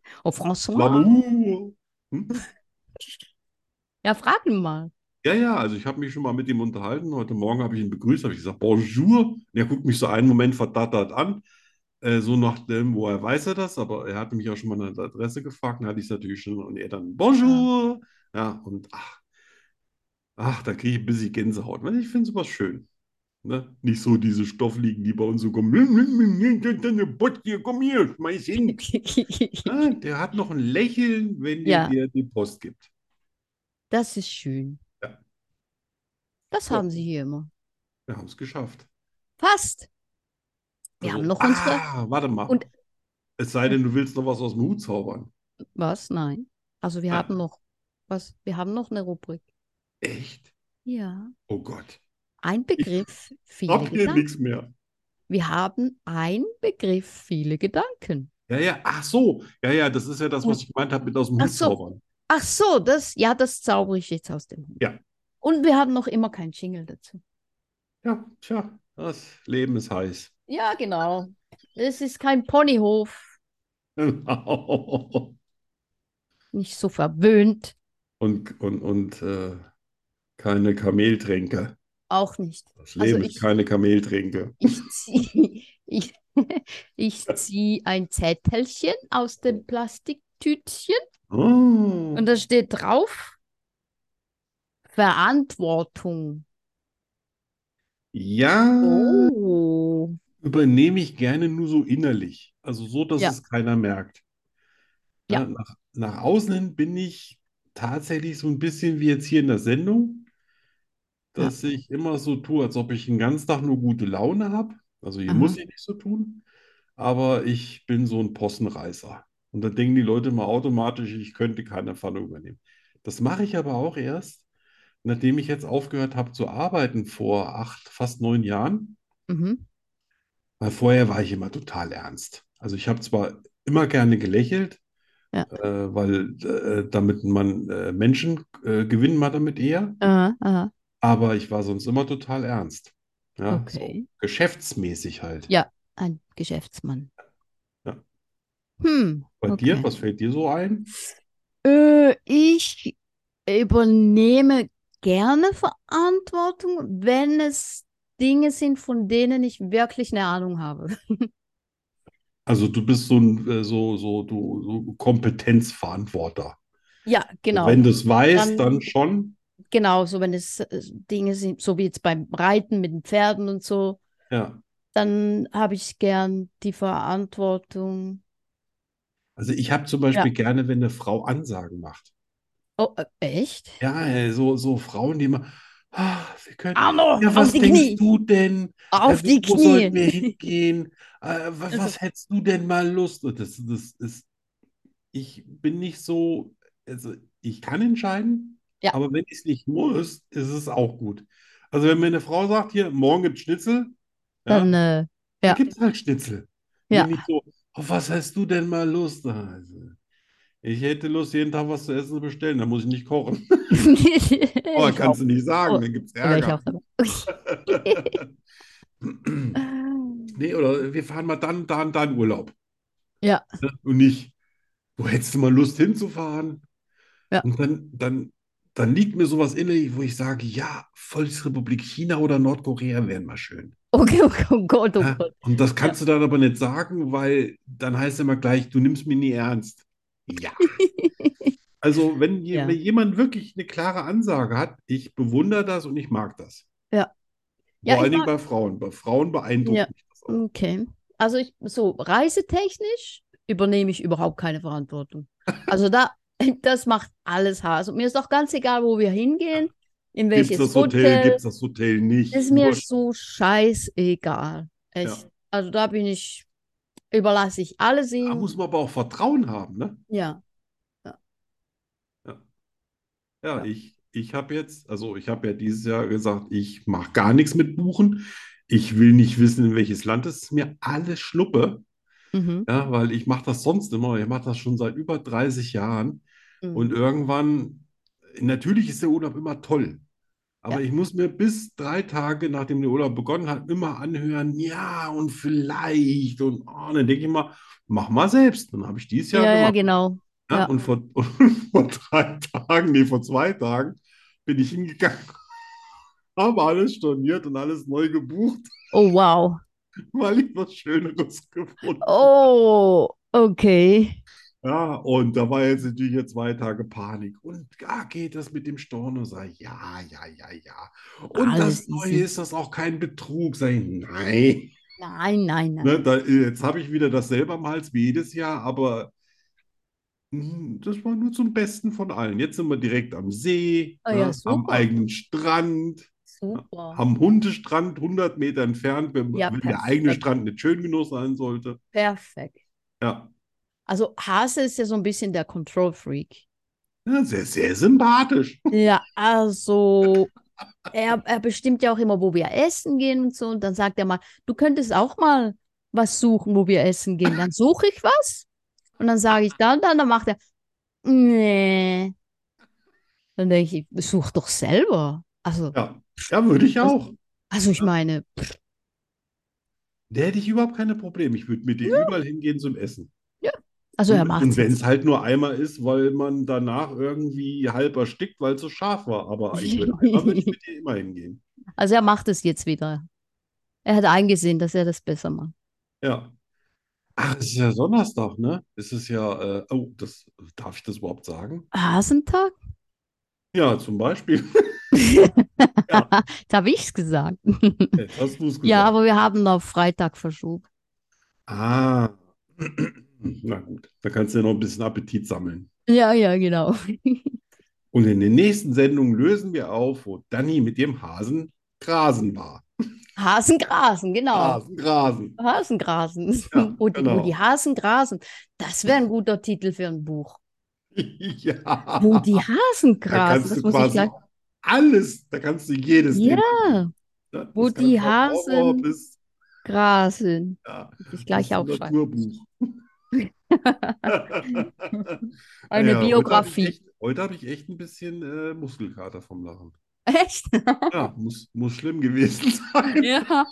Oh, François? L'amour. Hm? Ja, frag ihn mal. Ja, ja, also ich habe mich schon mal mit ihm unterhalten. Heute Morgen habe ich ihn begrüßt, habe ich gesagt, Bonjour. Und er guckt mich so einen Moment verdattert an, äh, so nach dem, woher weiß er das, aber er hatte mich auch schon mal nach der Adresse gefragt, dann hatte ich es natürlich schon und er dann Ja. Bonjour. Ja, und ach, ach, da kriege ich ein bisschen Gänsehaut. Weil ich finde sowas schön. Ne? Nicht so diese Stoffliegen, die bei uns so kommen. Hier, komm hier, schmeiß hin. Ah, der hat noch ein Lächeln, wenn dir Ja, der die Post gibt. das ist schön. Ja, Das so, haben sie hier immer. wir haben es geschafft. Fast. Wir haben Also, noch unsere. ah, warte mal. Und Es sei denn, du willst noch was aus dem Hut zaubern. was? Nein. Also wir haben Ah, noch was? Wir haben noch eine Rubrik. echt? Ja. Oh Gott. Ein Ich Begriff, viele hab hier Gedanken. nichts mehr. Wir haben ein Begriff, viele Gedanken. Ja, ja, ach so. Ja, ja, das ist ja das, was Und ich gemeint habe mit aus dem ach Hut so, zaubern. ach so, das, ja, das zaubere ich jetzt aus dem Hut. Ja, Und wir haben noch immer keinen Jingle dazu. ja, tja, das Leben ist heiß. Ja, genau. Es ist kein Ponyhof, Genau. nicht so verwöhnt, Und, und, und äh, keine Kameltränke. auch nicht. Das Also Leben ist ich, keine Kameltränke. ich ziehe ich, ich zieh ein Zettelchen aus dem Plastiktütchen und Oh, da steht drauf Verantwortung. ja, Oh. übernehme ich gerne nur so innerlich. Also so, dass Ja, es keiner merkt. Ja, ja, nach, nach außen hin bin ich tatsächlich so ein bisschen wie jetzt hier in der Sendung, ja. dass ich immer so tue, als ob ich den ganzen Tag nur gute Laune habe. Also hier muss Aha. ich nicht so tun, aber ich bin so ein Possenreißer. Und dann denken die Leute mal automatisch, ich könnte keine Pfanne übernehmen. Das mache ich aber auch erst, nachdem ich jetzt aufgehört habe zu arbeiten vor acht, fast neun Jahren. Mhm. Weil vorher war ich immer total ernst. Also ich habe zwar immer gerne gelächelt, Ja. äh, weil äh, damit man äh, Menschen äh, gewinnen man damit eher, Aha, aha. aber ich war sonst immer total ernst. Ja, so Okay. geschäftsmäßig halt. Ja, ein Geschäftsmann. Ja. Hm, Bei dir, okay. was fällt dir so ein? Äh, ich übernehme gerne Verantwortung, wenn es Dinge sind, von denen ich wirklich eine Ahnung habe. Also du bist so ein äh, so, so, du, so Kompetenzverantworter. Ja, Wenn genau. du es weißt, dann Dann, schon. genau, so wenn es äh, Dinge sind, so wie jetzt beim Reiten mit den Pferden und so, Ja. dann habe ich gern die Verantwortung. Also ich habe zum Ja. Beispiel gerne, wenn eine Frau Ansagen macht. Oh, äh, echt? Ja, äh, so, so Frauen, die immer, ah, wir können, Arno, ja, auf was die denkst Knie! du denn? Äh, Auf wo, die wo sollten wir Knie! hingehen? Äh, wa- Also, was hättest du denn mal Lust? Und das, das ist, ich bin nicht so, also ich kann entscheiden, ja, aber wenn ich es nicht muss, ist es auch gut. Also wenn mir eine Frau sagt, hier, morgen gibt Schnitzel, dann, ja, äh, dann ja, gibt es halt Schnitzel. Nur ja. nicht so, auf was hast du denn mal Lust? Also, ich hätte Lust, jeden Tag was zu essen zu bestellen, dann muss ich nicht kochen. Aber Ich auch. kannst du nicht sagen, Oh, dann gibt es da wäre ich auch Ärger. dabei. Nee, oder wir fahren mal dann, dann, dann Urlaub. Ja, Ne? Und nicht, wo hättest du mal Lust hinzufahren? ja. Und dann, dann, dann liegt mir sowas inne, wo ich sage, ja, Volksrepublik China oder Nordkorea wären mal schön. Okay, okay, oh Gott, oh Ja? Gott. Und das Ja. kannst du dann aber nicht sagen, weil dann heißt es immer gleich, du nimmst mich nie ernst. Ja. Also, wenn je- Ja, wenn jemand wirklich eine klare Ansage hat, ich bewundere das und ich mag das. ja. Ja, Vor ich allen Dingen mag, bei Frauen. Bei Frauen ja, beeindruckt mich das auch. okay. Also ich, so reisetechnisch übernehme ich überhaupt keine Verantwortung. Also da, das macht alles Haar. Also mir ist auch ganz egal, wo wir hingehen, in Gibt es welches das Hotel, gibt Hotel, es das Hotel nicht? ist mir Wurscht. so scheißegal. Echt. Ja. Also da bin ich, überlasse ich alles Da ihm. muss man aber auch Vertrauen haben, ne? Ja, ja, Ja, ja ja. ich, ich habe jetzt, also ich habe ja dieses Jahr gesagt, ich mache gar nichts mit Buchen. Ich will nicht wissen, in welches Land es ist. Mir alles Schnuppe, Mhm. ja, weil ich mache das sonst immer. Ich mache das schon seit über dreißig Jahren. Und Mhm. irgendwann, natürlich ist der Urlaub immer toll. Aber Ja. ich muss mir bis drei Tage, nachdem der Urlaub begonnen hat, immer anhören, ja und vielleicht. Und oh, dann denke ich mal, mach mal selbst. Dann habe ich dieses Jahr Ja, ja, gemacht. genau. Ja, Ja. und vor, und vor drei Tagen, nee, vor zwei Tagen bin ich hingegangen, habe alles storniert und alles neu gebucht, Oh, wow. weil ich was Schöneres gefunden habe. Oh, okay. Ja, und da war jetzt natürlich jetzt zwei Tage Panik. Und ja, geht das mit dem Storno? Sag ich, ja, ja, ja, ja. Und Alles das Neue easy. ist das auch kein Betrug? Sag ich, nein. Nein, nein, nein. Ne, da, jetzt habe ich wieder dasselbe am Hals wie jedes Jahr, aber hm, das war nur zum Besten von allen. Jetzt sind wir direkt am See, Oh ja, ne, am super. eigenen Strand, ne, Super. am Hundestrand hundert Meter entfernt, wenn, Ja, wenn der eigene perfekt. Strand nicht schön genug sein sollte. Perfekt. Ja, Also Hase ist ja so ein bisschen der Control Freak. ja sehr, sehr sympathisch. Ja, also er, er bestimmt ja auch immer, wo wir essen gehen und so. Und dann sagt er mal, du könntest auch mal was suchen, wo wir essen gehen. Dann suche ich was. Und dann sage ich dann, dann, dann macht er, nee. Dann denke ich, such doch selber. Also, Ja, ja, würde ich das, auch. also ich Ja. meine, Da hätte ich überhaupt keine Probleme. Ich würde mit dir überall hingehen zum Essen. ja. Also er Und, macht und es wenn jetzt. es halt nur einmal ist, weil man danach irgendwie halb erstickt, weil es so scharf war. Aber ich würde einmal würde ich mit dir immer hingehen. Also er macht es jetzt wieder. Er hat eingesehen, dass er das besser macht. Ja. Ach, es ist ja Donnerstag, ne? Es ist ja, äh, oh, das, darf ich das überhaupt sagen? Hasentag? Ja, zum Beispiel. Jetzt Ja, habe ich es gesagt. jetzt hast du es Ja, gesagt. aber wir haben auf Freitag verschoben. Ah, na gut, da kannst du ja noch ein bisschen Appetit sammeln. Ja, ja, genau. Und in den nächsten Sendungen lösen wir auf, wo Dani mit dem Hasen grasen war. Hasen grasen, genau. Grasen, grasen. Hasen grasen. Ja, Wo die, wo die genau. Hasen grasen. Das wäre ein guter Titel für ein Buch. Ja, Wo die Hasen da grasen. kannst Das du muss ich quasi gleich. alles, da kannst du jedes Ja, Thema nehmen. Ne? wo Das kann die von Horror Hasen bis, grasen. ja, Muss ich bis gleich zum aufschreiben. Naturbuch. Eine Naja, heute habe ich Biografie. echt, heute habe ich echt ein bisschen äh, Muskelkater vom Lachen. Echt? Ja, muss, muss schlimm gewesen sein. Ja.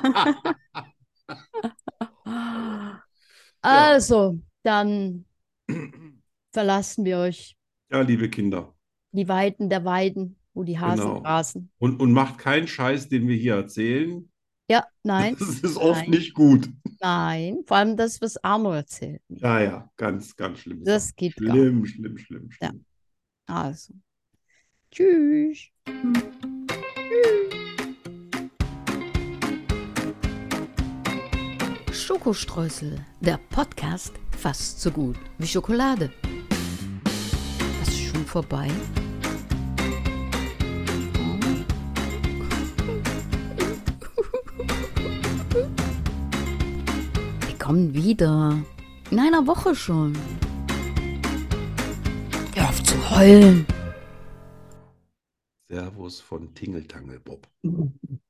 Ja. Also, dann verlassen wir euch Ja, liebe Kinder, die Weiden der Weiden, wo die Hasen genau. grasen. Und, und macht keinen Scheiß, den wir hier erzählen. Ja, nein, Das ist oft nein, nicht gut. nein. Vor allem das, was Arno erzählt. nicht. Ja, ja, ganz, ganz schlimme Das Sachen. geht gar nicht. Schlimm, schlimm, schlimm, Ja. schlimm. Also, tschüss. Schokostreusel, der Podcast fast so gut wie Schokolade. Was ist schon vorbei? Wir kommen wieder. In einer Woche schon. Hör auf zu heulen. Servus von Tingeltangel Bob.